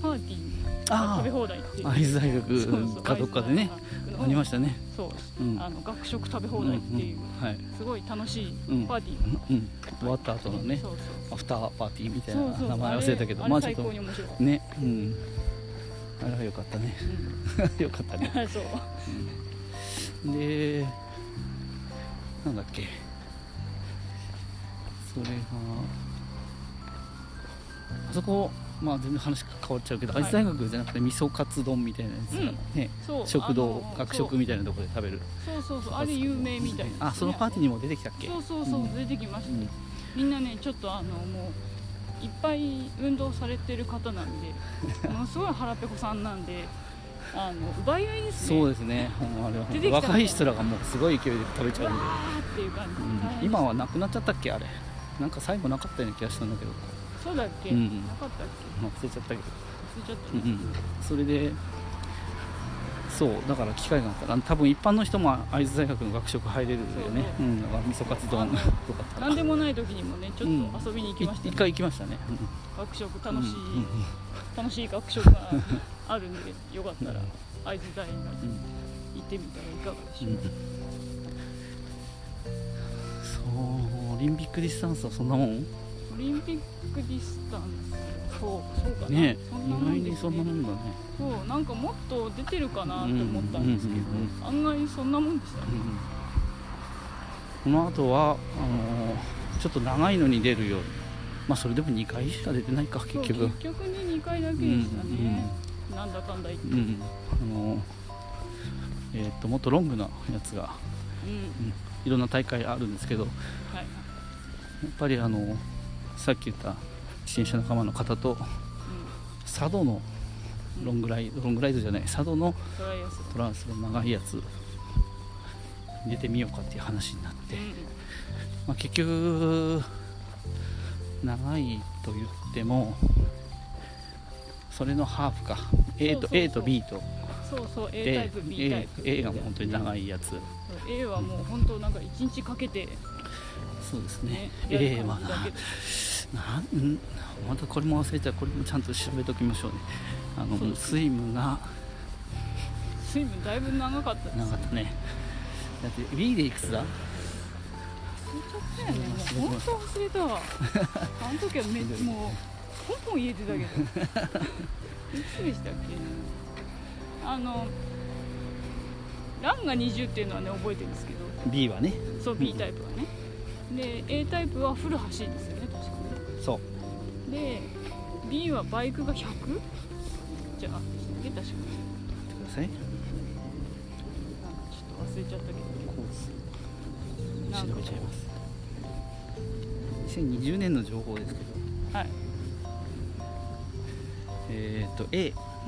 パーティー食べ放題っていう、 会津大学かどっかでねありましたね。 そう、うん、あの学食食べ放題っていう、うんうん、はい、すごい楽しいパーティー、 うんうん、終わった後のね、そうそうアフターパーティーみたいな名前忘れたけど、まあちょっとね、うん、あれは良かったね、うん、よかったねそう、 うん、でなんだっけ、それがあそこ、まあ全然話変わっちゃうけど、会津大学じゃなくて味噌カツ丼みたいなやつがね、うん、食堂学食みたいなところで食べる、 そうそうそう、あれ有名みたいな、ね、 あ、そのパーティーにも出てきたっけ。 そうそうそう、うん、出てきました、ね、うん、みんなねちょっとあのもういっぱい運動されてる方なんでものすごい腹ペコさんなんで、あの奪い合いですね。 そうですね、あれは若い人らがもうすごい勢いで食べちゃうんで、 っていう感じ、 うん、今はなくなっちゃったっけ、あれなんか最後なかったような気がしたんだけど。 そうだっけ、うん、なかったっけ、 忘れちゃったけど、 忘れちゃった、ね、 うんうん、それでそうだから機会があったら多分一般の人も会津大学の学食入れるよね。うん、だから味噌カツ丼とか何でもない時にもねちょっと遊びに行きましたね、 うん、一回行きましたね、うん、 学食楽しい、うん、楽しい学食があるんでよかったら会津大学に行ってみたらいかがでしょう、うん、 そうオリンピックディスタンスはそんなもん。 オリンピックディスタンス、そうそうかな、 ね、意外にそんなもんだね。 そう、なんかもっと出てるかなって思ったんですけど、案外そんなもんでしたね、 うん、この後はあのー、ちょっと長いのに出るように、まあそれでもにかいしか出てないか結局。 結局ねにかいだけでしたね、うんうん、なんだかんだ言って、うん、 あのー、えー、っともっとロングなやつが、うんうん、いろんな大会あるんですけど、はい、やっぱりあのーさっき言った自転車仲間の方と、うん、佐渡のロングライド、ロングライドじゃない佐渡のトランスの長いやつ出てみようかっていう話になって、うん、まあ、結局長いと言ってもそれのハーフか A と A と B とそうそう A タイプ B タイプ A, A がもう本当に長いやつ、 A はもう本当なんかいちにちかけて、 そうですね、ね A はななんまたこれも忘れちゃう、これもちゃんと調べておきましょうね。あのもうスイムがスイムだいぶ長かったです、 長かったね。だって B でいくつだ、 忘れちゃったよね、もう本当忘れたわあの時はめもうポンポン言えてたけどいつでしたっけ、あのランがにじゅうっていうのはね覚えてるんですけど B はね、 そう B タイプはね、で A タイプはフル走りですよね確かね。 そうで B はバイクがひゃくじゃあでしたっけ、確かに。待ってください、 なんかちょっと忘れちゃったけど、 コース調べちゃいます。にせんにじゅうねんの情報ですけど、はい、えっ、ー、と A、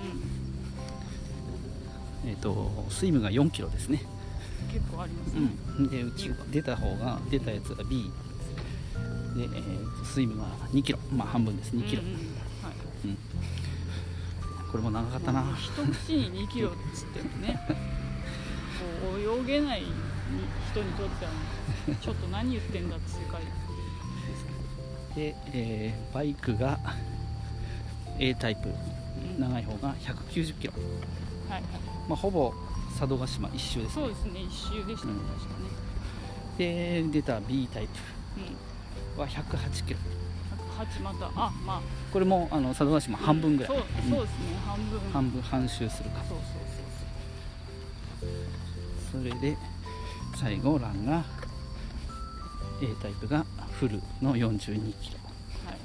うん、えっ、ー、とスイムがよんキロですね。 結構ありますね、 うん、でうち出た方が出たやつが B で、えー、スイムがにキロ、まあ半分です、にキロ、うんうん、はい、うん、これも長かったな。 一口ににキロっつってもねこう泳げない人にとってはちょっと何言ってんだって世界ですけど、 で、えー、バイクが A タイプ、うん、長い方がひゃくきゅうじゅっキロ、はいはい、まあ、ほぼ佐渡島一周ですね。 そうですね、一周でしたね、うん、確かね。 で出た B タイプはひゃくはちキロ、 ひゃくはち、またあまあこれもあの佐渡島半分ぐらい、 うん、そう、そうですね、半分半分半周するか。 そうそうそうそう。それで最後ランが A タイプがフルのよんじゅうにキロ、はい、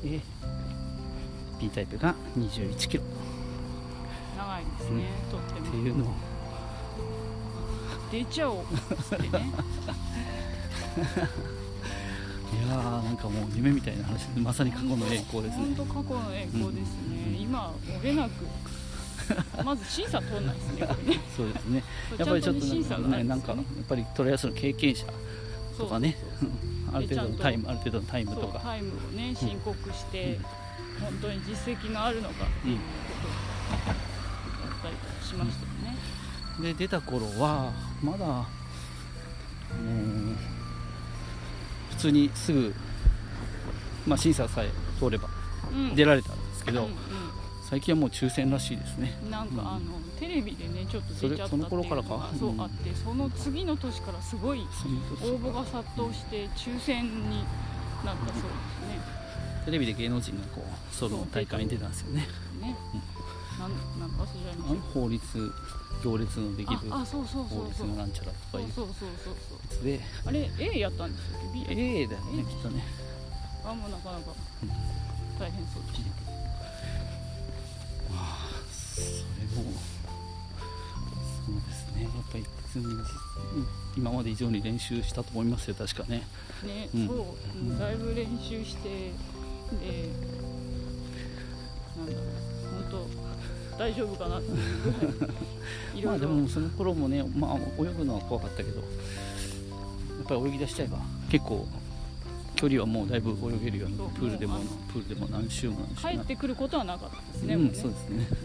で B タイプがにじゅういちキロ、 長いですね、うん、とってもっていうのを出ちゃおうっつってねいやーなんかもう夢みたいな話で、まさに過去の栄光ですね。 本当過去の栄光ですね、うん、今漏れなくまず審査通んないですねこれねそうですね、やっぱりちょっとね、なんかやっぱりトライアスロン経験者とかね、ある程度のタイムある程度のタイムとかタイムをね申告して、うん、本当に実績があるのかっていうことをやったりとかしましたよね、 うん、で出た頃はまだもう普通にすぐ、まあ、審査さえ通れば出られたんですけど、うんうんうん、 最近はもう抽選らしいですね。 なんか、うん、あのテレビでねちょっと出ちゃったっていうのがその頃からか、 そう、うん、あって、その次の年からすごい応募が殺到して抽選になったそうですね。 テレビで芸能人がこうソロの大会に出たんですよね。ね、 うん、なんなんか忘れちゃいました。 法律行列のできる法律のなんちゃらとかいうそうそうそうそうそうで、 あれ A やったんですよ。 A だよね、きっとね。 あもうなかなか大変そうでしたけど、 まあそれもそうですね、やっぱり今まで以上に練習したと思いますよ、確かね。 ね、うん、そう、うん、だいぶ練習してで、なんだろう、本当大丈夫かなっていうぐらいいろいろ。 まあでもその頃もね、まあ泳ぐのは怖かったけど、やっぱり泳ぎ出しちゃえば結構距離はもうだいぶ泳げるように、プールでもプールでも何周も何周も帰ってくることはなかったですね。 うん、 もうね、 そうですね。うん、 い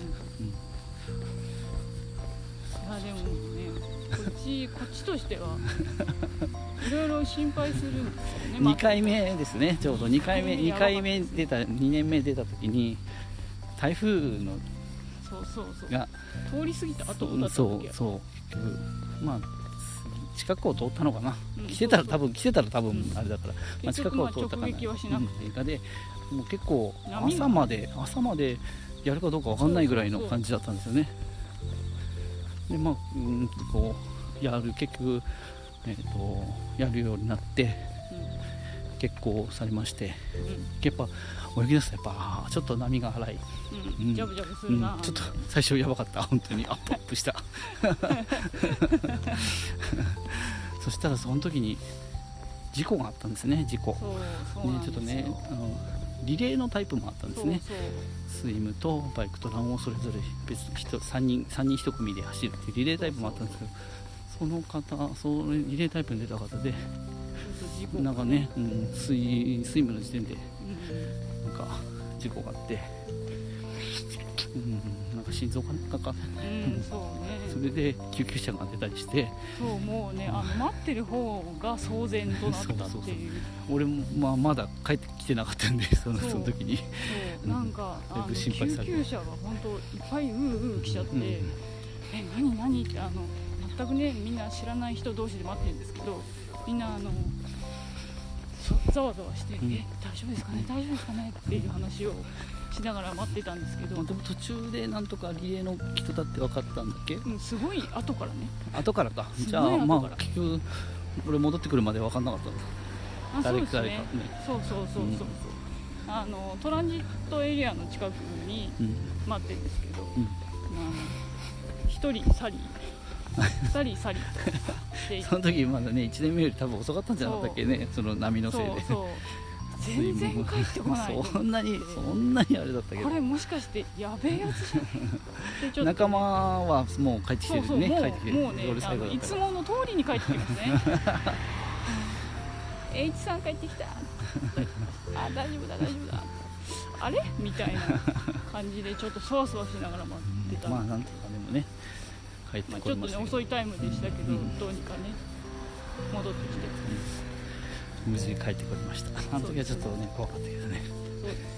やでもね、こっちこっちとしてはいろいろ心配するんですよね。 にかいめですね、ちょうどにかいめにかいめ出たにねんめ出た時に台風のそうそうそうが通り過ぎた後だったそうそう結局まあ近くを通ったのかな、うん、来てたら多分来てたら多分あれだから、うん、まあ、近くを通ったかな、 直撃はしなくて、 うん、でもう結構朝まで朝までやるかどうか分かんないぐらいの感じだったんですよね。でまあうんこうやる結局、えー、とやるようになって、うん、結構されまして、うん、やっぱ泳ぎ出すとやっぱちょっと波が荒い、 うんうん、ジャブジャブするな、 うん、ちょっと最初やばかった本当にアップアップしたそしたらその時に事故があったんですね。事故そうそうなんですよ、 ね、ちょっとねあのリレーのタイプもあったんですね。 そうそうスイムとバイクとランをそれぞれ別にさんにんさんにんいち組で走るっていうリレータイプもあったんですけど、その方そのリレータイプに出た方でなんかね、うん、スイスイムの時点でなんか事故があって、うん、なんか心臓がかかって、 うん、そうね、 それで救急車が出たりして、 そうもうね、あの待ってる方が騒然となったっていう。そうそうそう、 俺も、まあ、まだ帰ってきてなかったんで、そのその時にそうなんか、うん、あの救急車が本当いっぱいううう来ちゃって、うん、え何何ってあの全くねみんな知らない人同士で待ってるんですけど、みんなあのざわざわして、うん、え大丈夫ですかね大丈夫ですかねっていう話をしながら待ってたんですけど、 まあ、でも途中でなんとかリレーの人だって分かったんだっけ、 うん、すごい後からね。 後からか。じゃあまあ結局俺戻ってくるまで分かんなかったんだ。 あそうですね、誰かね、そうそうそうそうそう、うん、あのトランジットエリアの近くに待ってるんですけど、うん、ひとりサリーふたりサリーその時まだねいちねんめより多分遅かったんじゃなかったっけね、その波のせいで。 そうそう全然帰ってこないそんなにそんなにあれだったけど、 これもしかしてやべえやつじゃないね、 仲間はもう帰ってきてるね。 そうそうもう帰ってきてるもうね、あのいつもの通りに帰ってきますねH さん帰ってきたあ大丈夫だ大丈夫だあれみたいな感じでちょっとそわそわしながら待ってた、 うん、まあなんとかでもね帰ってこれましたけど、まあ、ちょっとね遅いタイムでしたけど、うん、どうにかね戻ってきて、 うん、無事に帰ってこれました。あの時はちょっとね怖かったけどね。 そうですね、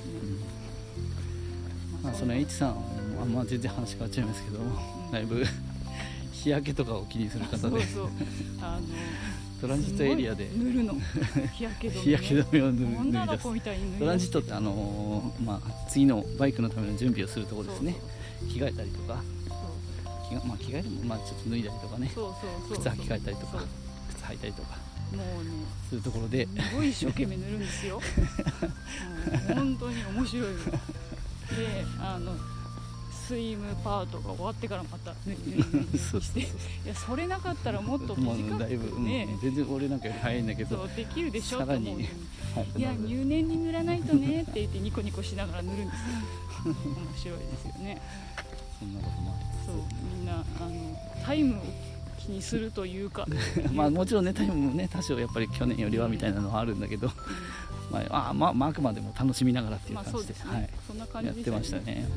うん、まあ、その H さんは、まあ、全然話変わっちゃいますけど、うん、だいぶ日焼けとかを気にする方で、そうそうあのトランジットエリアで塗るの日焼け止め、ね、 日焼け止めを塗る女の子みたいに塗る。 トランジットってあのー、まあ、次のバイクのための準備をするところですね。そうそう着替えたりとか着が、まあ、着替えでもまあちょっと脱いだりとかね、そうそうそうそう靴履き替えたりとか靴履いたりとかもうねするところですごい一生懸命塗るんですようん、本当に面白いのであのスイムパートが終わってからまた塗り塗りしていやそれなかったらもっと短くね、 うん、全然俺なんかより早いんだけどそうできるでしょと思うのに、いや入念に塗らないとねって言ってニコニコしながら塗るんですよ面白いですよね。 そんなこともありそうみんなあのタイムを気にするというかまあもちろんねタイムもね多少やっぱり去年よりはみたいなのはあるんだけど、うんまああまあ、あくまでも楽しみながらっていう感じで、まあそうですね、はい、そんな感じでしたね、やってましたね、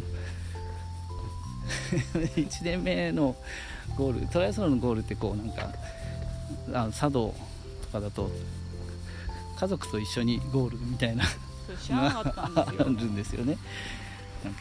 うん、いちねんめのゴールトライアスロンのゴールってこうなんかあ茶道とかだと家族と一緒にゴールみたいな知らなかったんですよあるんですよね。なんか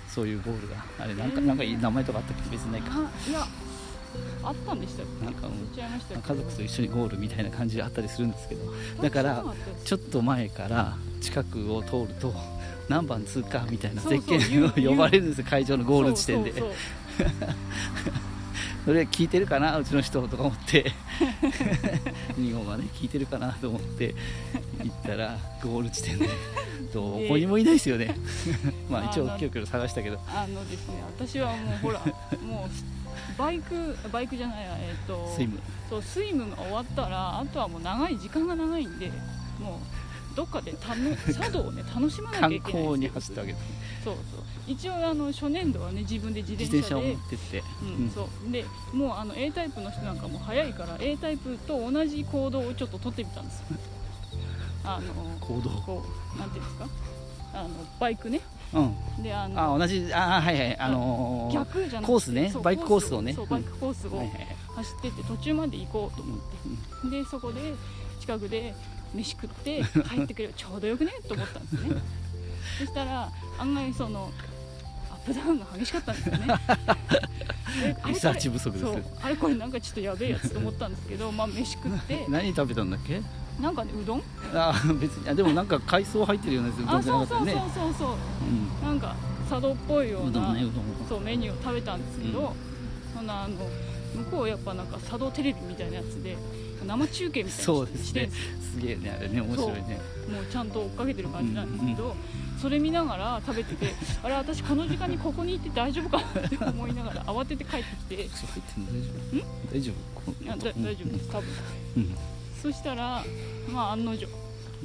そういうゴールがあれなんか、えー、なんかいい名前とかあったっけ？別にないか。 いやあったんでしたっけ？なんか家族と一緒にゴールみたいな感じであったりするんですけど、だからちょっと前から近くを通ると何番通過みたいなゼッケンを呼ばれるんですよ、会場のゴール地点で。そうそうそうそれ聞いてるかなうちの人とか思ってに号がね聞いてるかなと思って行ったらゴール地点でどこにもいないですよねまあ一応キョロキョロ探したけど、 あのですね、私はもうほらもうバイクバイクじゃないや、えー、とスイムそうスイムが終わったらあとはもう長い時間が長いんで、もうどっかでたの茶道をね楽しまなきゃいけないんですよ。 観光に走ってあげる。 そうそう、一応あの初年度はね自分で自転車で自転車を持ってって、 うんうん、そうでもうあの A タイプの人なんかも早いから A タイプと同じ行動をちょっと取ってみたんですよあの行動こうなんていうんですか、あのバイクね、 うん、 であのあ同じあはいはいあのー、 逆じゃなくてコースね、バイクコースをね、 そうバイクコースを走ってて途中まで行こうと思って、うん、でそこで近くで飯食って帰ってくればちょうどよくねと思ったんですねそしたら案外そのアップダウンが激しかったんですよねリサーチ不足です。 そうあれこれなんかちょっとやべえやつと思ったんですけどまあ飯食って何食べたんだっけ？ なんかねうどん？ あ別にあでもなんか海藻入ってるようなやつうどんじゃなかったよね。 そうそうそうそうそう、うん、なんか佐渡っぽいようなうどん、ね、うどんそうメニューを食べたんですけど、うん、そのあの向こうやっぱなんか佐渡テレビみたいなやつで生中継みたいなそうですね、すげえねあれね面白いね。 もうちゃんと追っかけてる感じなんですけど、うんうん、それ見ながら食べててあれ私この時間にここにいて大丈夫かなって思いながら慌てて帰ってきてそう入ってんの大丈夫？ん？大丈夫？ いやだ大丈夫です多分、うん、そしたらまあ案の定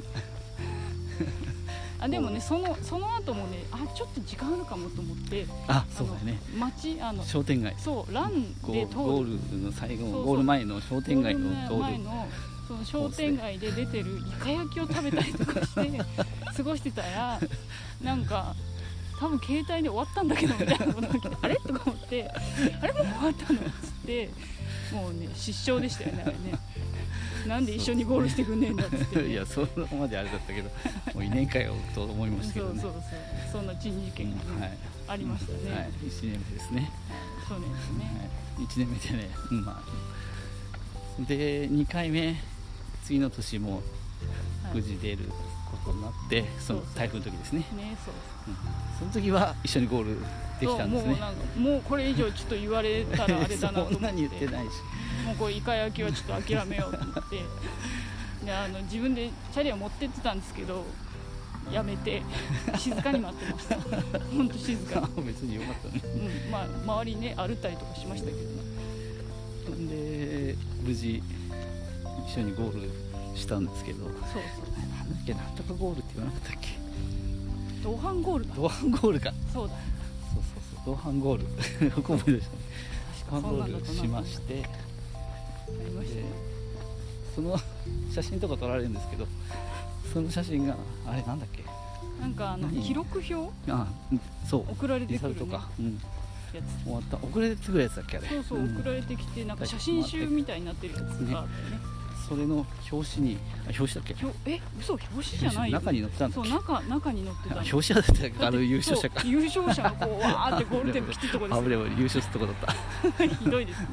あでもねそのその後もねあちょっと時間あるかもと思ってあそうだね街あの商店街そうランで通るゴールの最後ゴール前の商店街を通る前のその商店街で出てるイカ焼きを食べたりとかして過ごしてたらなんか多分携帯で終わったんだけどみたいなことが来てあれとか思ってあれもう終わったのっつってもうね失笑でしたよねあれねなんで一緒にゴールしてくんねえんだっつって、ね、 いやそこまであれだったけどもういねえかよと思いましたけどねそうそうそうそんな珍事件が、ねうんはい、ありましたね、うんはい、 いちねんめですねそうですね、 はい、いちねんめでね、うんまあ、でにかいめ次の年も無事出ることになって、はい、その台風の時ですね、 ねそううん、その時は一緒にゴールできたんですね。 もうなんかもうこれ以上ちょっと言われたらあれだなと思ってそんなに言ってないしもうこれイカ焼きはちょっと諦めようと思ってであの自分でチャリを持ってってたんですけどやめて静かに待ってました本当静かに別によかったね、 うんまあ、周りね歩ったりとかしましたけどねで無事一緒にゴールしたんですけどそうそうなんだっけなんとかゴールって言わなかったっけ同伴ゴールだ同伴ゴールかそうだそうそうそう同伴ゴールよく思い出したね同伴ゴールしましてありましたねその写真とか撮られるんですけどその写真があれなんだっけなんかあの記録表あそう送られてくる、ね、 とか、うん、 やつ終わった送られてくるやつだっけあれそうそう、うん、送られてきてなんか写真集みたいになってるやつがあってね、ねそれの表紙に表紙だっけえ嘘表紙じゃないよ中に載ってたんだっけそう 中, 中に載ってた表紙だったっけあの優勝者か優勝者がこうわーってゴールテープ切ってるとこですあぶれば優勝するとこだったひどいですね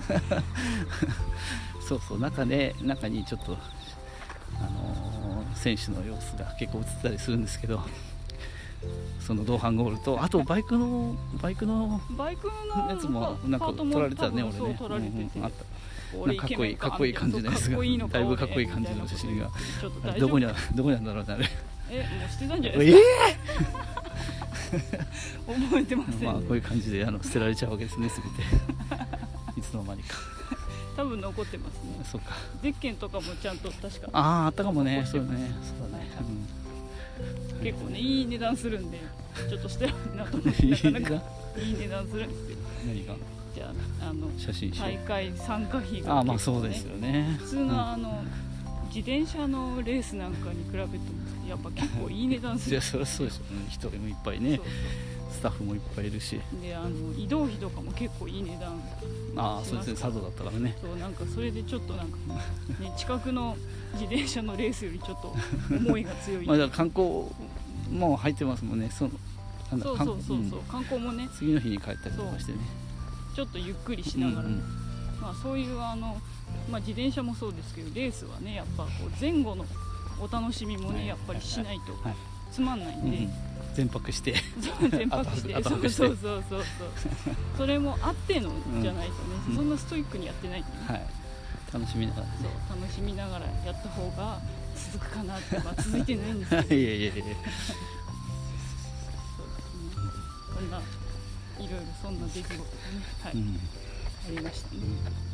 そうそう中で中にちょっとあのー、選手の様子が結構映ったりするんですけどその同伴ゴールとあとバイクのバイクのバイクのやつもなんか撮られてたね俺ね撮られてて、 うんうん、あったなんかかっこいいかっこいい感じのやつがだいぶかっこいい感じの写真がどこにあどこにあるんだろうねあれえもう捨てたんじゃないですかえー、覚えてません、ね、 まあこういう感じであの捨てられちゃうわけですね全ていつの間にか多分残ってますねそうかゼッケンとかもちゃんと確かあああったかもねそうだねそうだね、 うん、結構ねいい値段するんでちょっと捨てられなと思ってなかなかいい値段するんですよ何がじゃあ、あの写真集大会参加費が、ね、 あまあそうですよね普通のあの、うん、自転車のレースなんかに比べてもやっぱ結構いい値段するいやそりゃそうですよね人もいっぱいねそうそうスタッフもいっぱいいるしであの移動費とかも結構いい値段ああそうですね佐渡だったからねそうなんかそれでちょっとなんか、ね、近くの自転車のレースよりちょっと思いが強いまあだから観光も入ってますもんねそのなんだそうそうそうそう、うん、観光もね次の日に帰ったりとかしてね、 ちょっとゆっくりしながら、うんうん、まあ、そういうあの、まあ、自転車もそうですけどレースはねやっぱこう前後のお楽しみもね、はい、やっぱりしないとつまんないんで、はいはい、 全泊して全泊してそうそうそうそうそうそれもあってのじゃないとね、うん、そんなストイックにやってないんで、ね、 はい、楽しみながら、ね、 そう楽しみながらやった方が続くかなって、まあ、続いてないんですけどいやいやいやそうですね、 そんないろいろそんな出来事がね、はい、うん、ありましたね、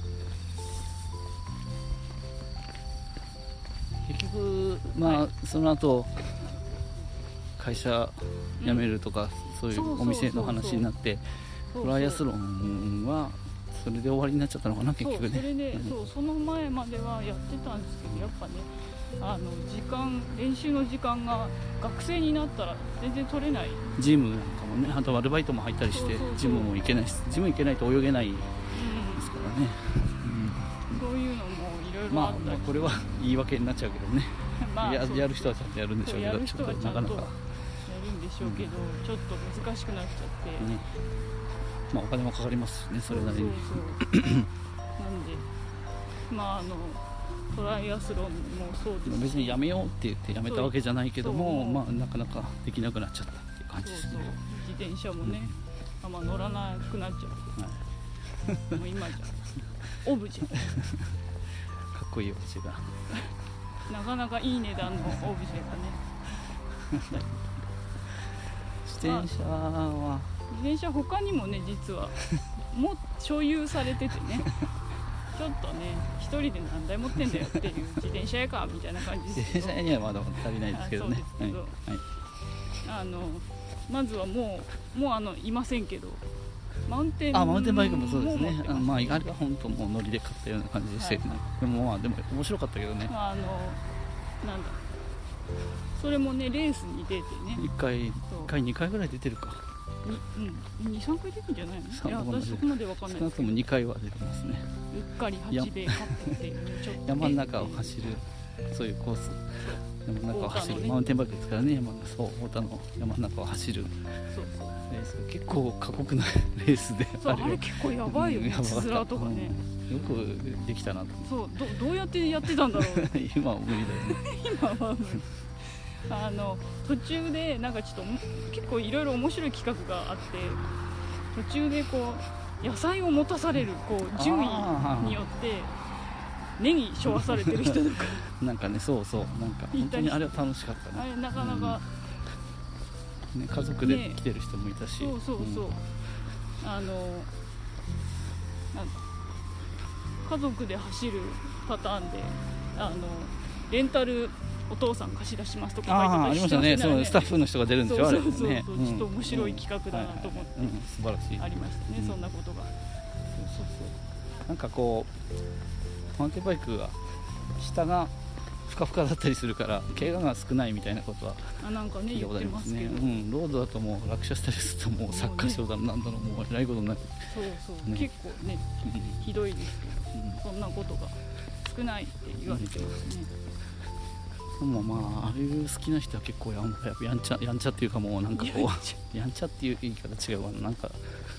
うん、結局まあ、はい、その後会社辞めるとか、うん、そういうお店の話になってトライアスロンはそれで終わりになっちゃったのかな結局ね。 そうそれで、うん、そうその前まではやってたんですけどやっぱねあの時間練習の時間が学生になったら全然取れない。 ジムなんかもねあとアルバイトも入ったりしてそうそうそうジムも行けないしジム行けないと泳げないですからね、 うんうん、そういうのもいろいろあったり、 まあ、まあこれは言い訳になっちゃうけどねまあ、や, やる人はちゃんとやるんでしょうけどちょっとなかなかやるんでしょうけど、うん、ちょっと難しくなっちゃって、ね、 まあ、お金もかかりますしねそれなりにそうそうそうなんでまああのトライアスロンもそうですし別にやめようって言ってやめたわけじゃないけども、まあ、なかなかできなくなっちゃったっていう感じですね。 そうそう自転車もね、うん、あんま乗らなくなっちゃって、はい、もう今じゃオブジェかっこいいオブジェがなかなかいい値段のオブジェがね自転車は自転車他にもね実はも所有されててねちょっとね一人で何台持ってんだよっていう自転車屋かみたいな感じですけど自転車屋にはまだ足りないですけどね。 そうですけど、はいはい、あのまずはもうもうあのいませんけどマウンテンあマウンテンバイクもそうですね。あ、まあ、あれは本当もうノリで買ったような感じでしたけど、ね、はいはい、でもまあでも面白かったけどね。 あのなんだそれもねレースに出てねいっかいいっかいにかいぐらい出てるかうん、にさんかい出てるんじゃないの？いや私そこまで分かんないですけど少なくともにかいは出てますね。 うっかり八米カップっていう、ね、ちょっと山の中を走るそういうコース山の中を走る、ね、マウンテンバイクですからね山のそう太田の山の中を走るそうそうレース結構過酷なレースでそう あ, あれ結構やばいよねつづらとかね、 うん、よくできたなとそう ど, どうやってやってたんだろう今は無理だよね今は無理あの途中でなんかちょっと結構いろいろ面白い企画があって途中でこう野菜を持たされるこう順位によってネギ背負わされてる人とかなんかねそうそうなんか本当にあれは楽しかったね。 あれなかなか、 うんね、家族で来てる人もいたし、 ね、そうそうそう、うん、あのなん家族で走るパターンであのレンタルお父さん貸し出しますとか書いてたりありましたね。そう、スタッフの人が出るんですよ。 そうそうそう、ね、ちょっと面白い企画だなと思って、 うんうん、素晴らしいありましたね、うん、そんなことが。そうそうそうなんかこうマウンテンバイクが下がふかふかだったりするから怪我が少ないみたいなことは聞いたことありますね。うん、ロードだともう落車したりするともう擦過傷だなんだろうもうえらいことになる。 そうそう、ね、結構ねひどいですけど、うん、そんなことが少ないって言われてますね。 でもまあああいう好きな人は結構やんやんちゃやんちゃっていうかもうなんかこうやんちゃっていう言い方違うわなんか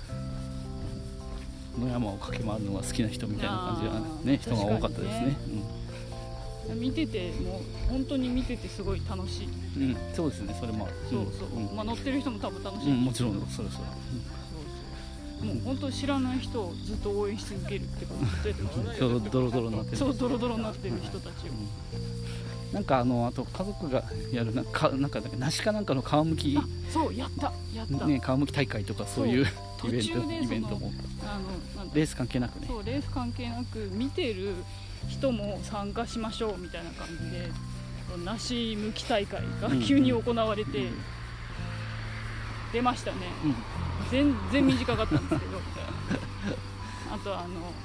野山を駆け回るのが好きな人みたいな感じがね人が多かったですね。ね、 うん、見ててもう本当に見ててすごい楽しい。 うん、そうですねそれもある。 そうそう、うん、まあ乗ってる人も多分楽しい、 うん、もちろんそれそれ、うん、そうそうもう本当知らない人をずっと応援し続けるってことでドロドロドロになってるそうドロドロになってる人たちを、 うん、なんかあのあと家族がやるなんかなんか梨かなんかの皮むきそうやったやったね皮むき大会とかそういうイベントイベントもあのレース関係なくねそうレース関係なく見てる人も参加しましょうみたいな感じで梨むき大会が急に行われて、うんうん、出ましたね、うん、全然短かったんですけどあとあのなんだっ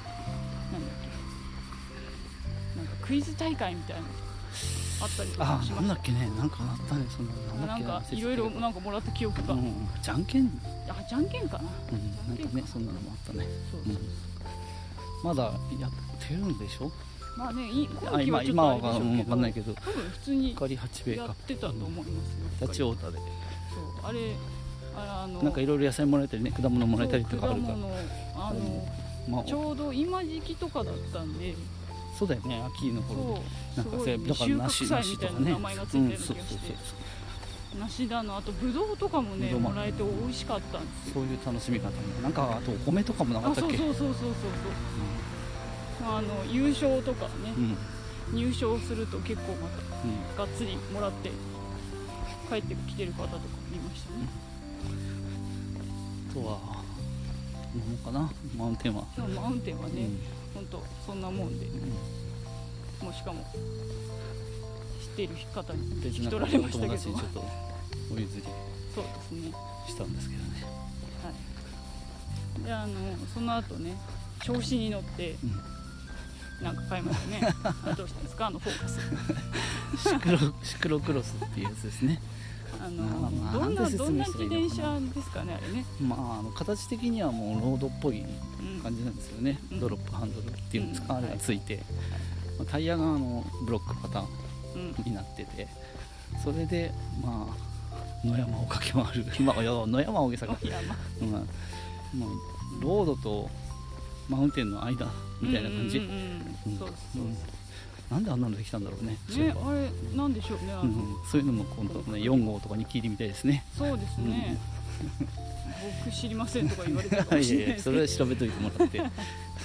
けなんかクイズ大会みたいなあったりとかしました。 あ、なんだっけね、なんかあったね、そんななんかいろいろなんかもらった記憶が、うん、 じゃんけんあ、じゃんけんかな、 うん、なんかね、そんなのもあったね。そうそうそう、うん、まだやってるんでしょ。 まあね、いあ今今は分かんないけど、 多分普通にやってたと思いますよ。 立ち太田で。そうあれあのなんかいろいろ野菜もらえたりね、果物もらえたりとかあるから、 あの、まあ、ちょうど今時期とかだったんで、 そうだよね、秋の頃なんかそれだから梨梨とかね、名前がついてる気がして、梨だの、あとぶどうとかもねもらえて美味しかったんですよ。 そういう楽しみ方も、なんかあとお米とかもなかったっけ。 そうそうそうそうそうそう、うん、あの優勝とかね、うん、入賞すると結構また、うん、がっつりもらって帰ってきてる方とかもいましたね。 あとは何かな、マウンテンはマウンテンはね、うん、本当そんなもんで、うん、もうしかも知っている方に引き取られましたけど、ちょっとお譲りそうですねしたんですけどね。 はい。で、あのその後ね、調子に乗って、うん、なんか買いましたね。あ、どうしたんですか、あのフォーカス。 シクロシクロクロスっていうやつですね。 あのまあ、どんなどんな自転車ですかね、あれね。 まあ、あの形的にはもうロードっぽい感じなんですよね、うん、ドロップハンドルっていうんですか、うん、あれがついて、はい、まあ、タイヤがあのブロックパターンになってて、うん、それでまあ野山を駆け回る今野山大げさか、うん、まあ、ロードとマウンテンの間みたいな感じ。そうですそうです。なんであんなのできたんだろうね。 ね、あれなんでしょうね。あの、うん、 そういうのも今度ねよん号とかに聞いてみたいですね。 そうですね。うん、僕知りませんとか言われてるかもしれないですけど。 いやいや、それは調べといてもらって。そう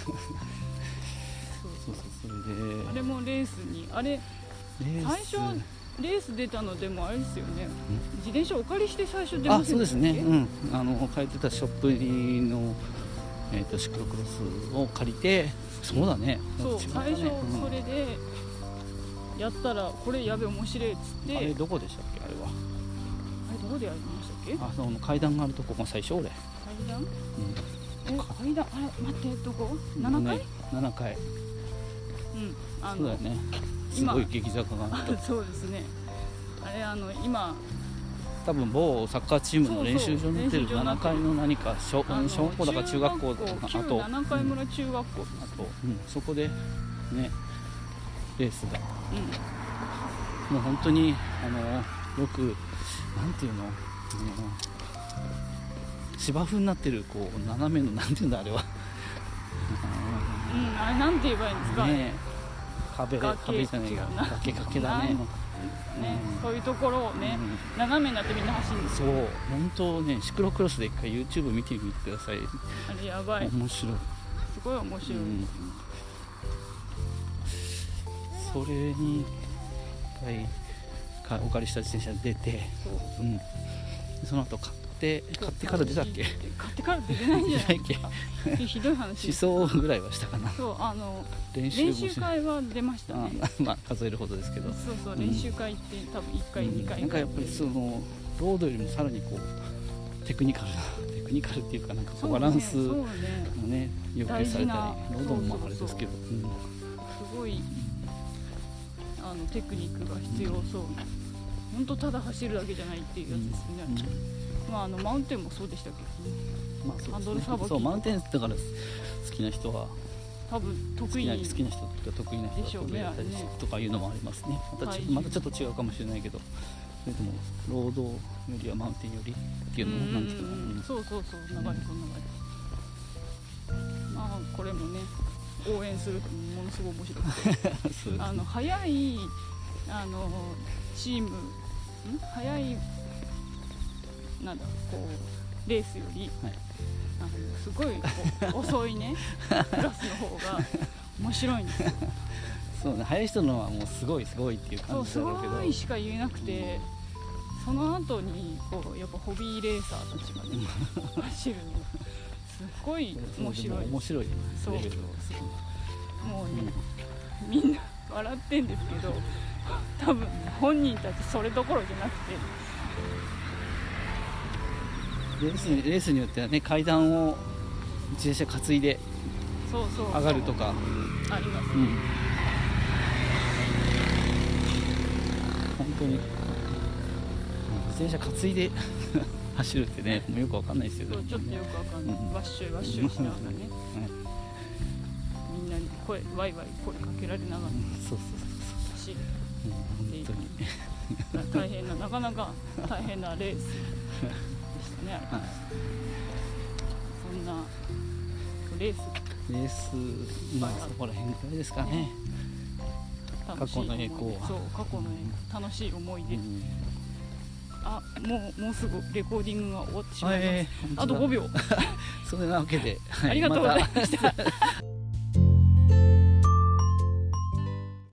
そう、それで。 あれもレースにあれ最初レース出たのでもあれですよね。自転車お借りして最初出ませんでしたっけ？あ、そうですね。うん、あの書いてたショップのえっとシクロクロスを借りて。そうだね。そう、ね、最初それでやったらこれやべ面白いっつって、うん、あれどこでしたっけ、あれは。あれどこでやりましたっけ。あ、その階段があるとこが最初俺。階段？うん、え、階段、あれ待って、どこ？ななかい？ななかい。うん、あのそうだよね。すごい激坂があった。そうですね。あれあの今。多分某サッカーチームの練習場になってるななかいの何か小小学校だか中学校だか、あとななかい村中学校、あと、うん、そこでねレースが、うん、もう本当にあのよくなんていうの、あの芝生になってるこう斜めのなんていうんだあれは、うん、あれなんて言えばいいんですかね、壁壁じゃないか、崖崖だね。ね、うん、そういうところをね、うん、斜めになってみんな走るんですよ。そう、本当ね、シクロクロスで一回 YouTube 見てみてください。あれやばい。面白い。すごい面白い、うん、それに一回お借りした自転車で出て、そうそう、うん、その後買って買ってから出たっけ？買ってから出てないんじゃないっけ？ひどい話。思想ぐらいはしたかな。そう、あの練習、練習会は出ましたね。あ、まあ数えるほどですけど。そうそう、練習会って多分いっかい、うん、にかい。なんかやっぱりそのロードよりもさらにこうテクニカルなテクニカルっていうかなんかこうバランスのね要求されたり、ロードもまああれですけど、すごいあのテクニックが必要そう。本当ただ走るだけじゃないっていうやつですね。うん、まああのマウンテンもそうでしたけどね。まあそうですね、ハンドルさばき。そうマウンテンだから好きな人は多分得意好きな人とか得意な人が得意だったりとかいうのもありますね。またち、またちょっと違うかもしれないけど、それともロードよりはマウンテンよりっていうのもなんですけど、うん、そうそうそう、長いそんな感じ。まあこれもね応援するとものすごい面白くて、あの速いあのチームん速いなんだこうレースより、はい、あのすごいこう遅いねクラスの方が面白いんですよ。そうね、速い人のはもうすごいすごいっていう感じだろうけど、そうすごいしか言えなくて、その後にこうやっぱホビーレーサーたちがね走るのすっごい面白い。面白い。そうそうそう。もうね、みんな笑ってんですけど、多分本人たちそれどころじゃなくて。レースに、レースによってはね、階段を自転車担いで上がるとかありますね、うん、本当に自転車担いで走るってね、もうよくわかんないですよね。ちょっとよくわかんない、うん、ワッシュワッシュしながらね、うん、みんなに声ワイワイ声かけられながら、うん、そうそうそう走る、うん、本当に大変ななかなか大変なレースでした。 かね、 はい、 そんなレースレースまあそこら辺くらいですかね。過去の栄光は、 そう過去の楽しい思い出、うん、あもうもうすぐレコーディングが終わってしまいます、えー、あとごびょうそれなわけで、 はい、ありがとうございました、ま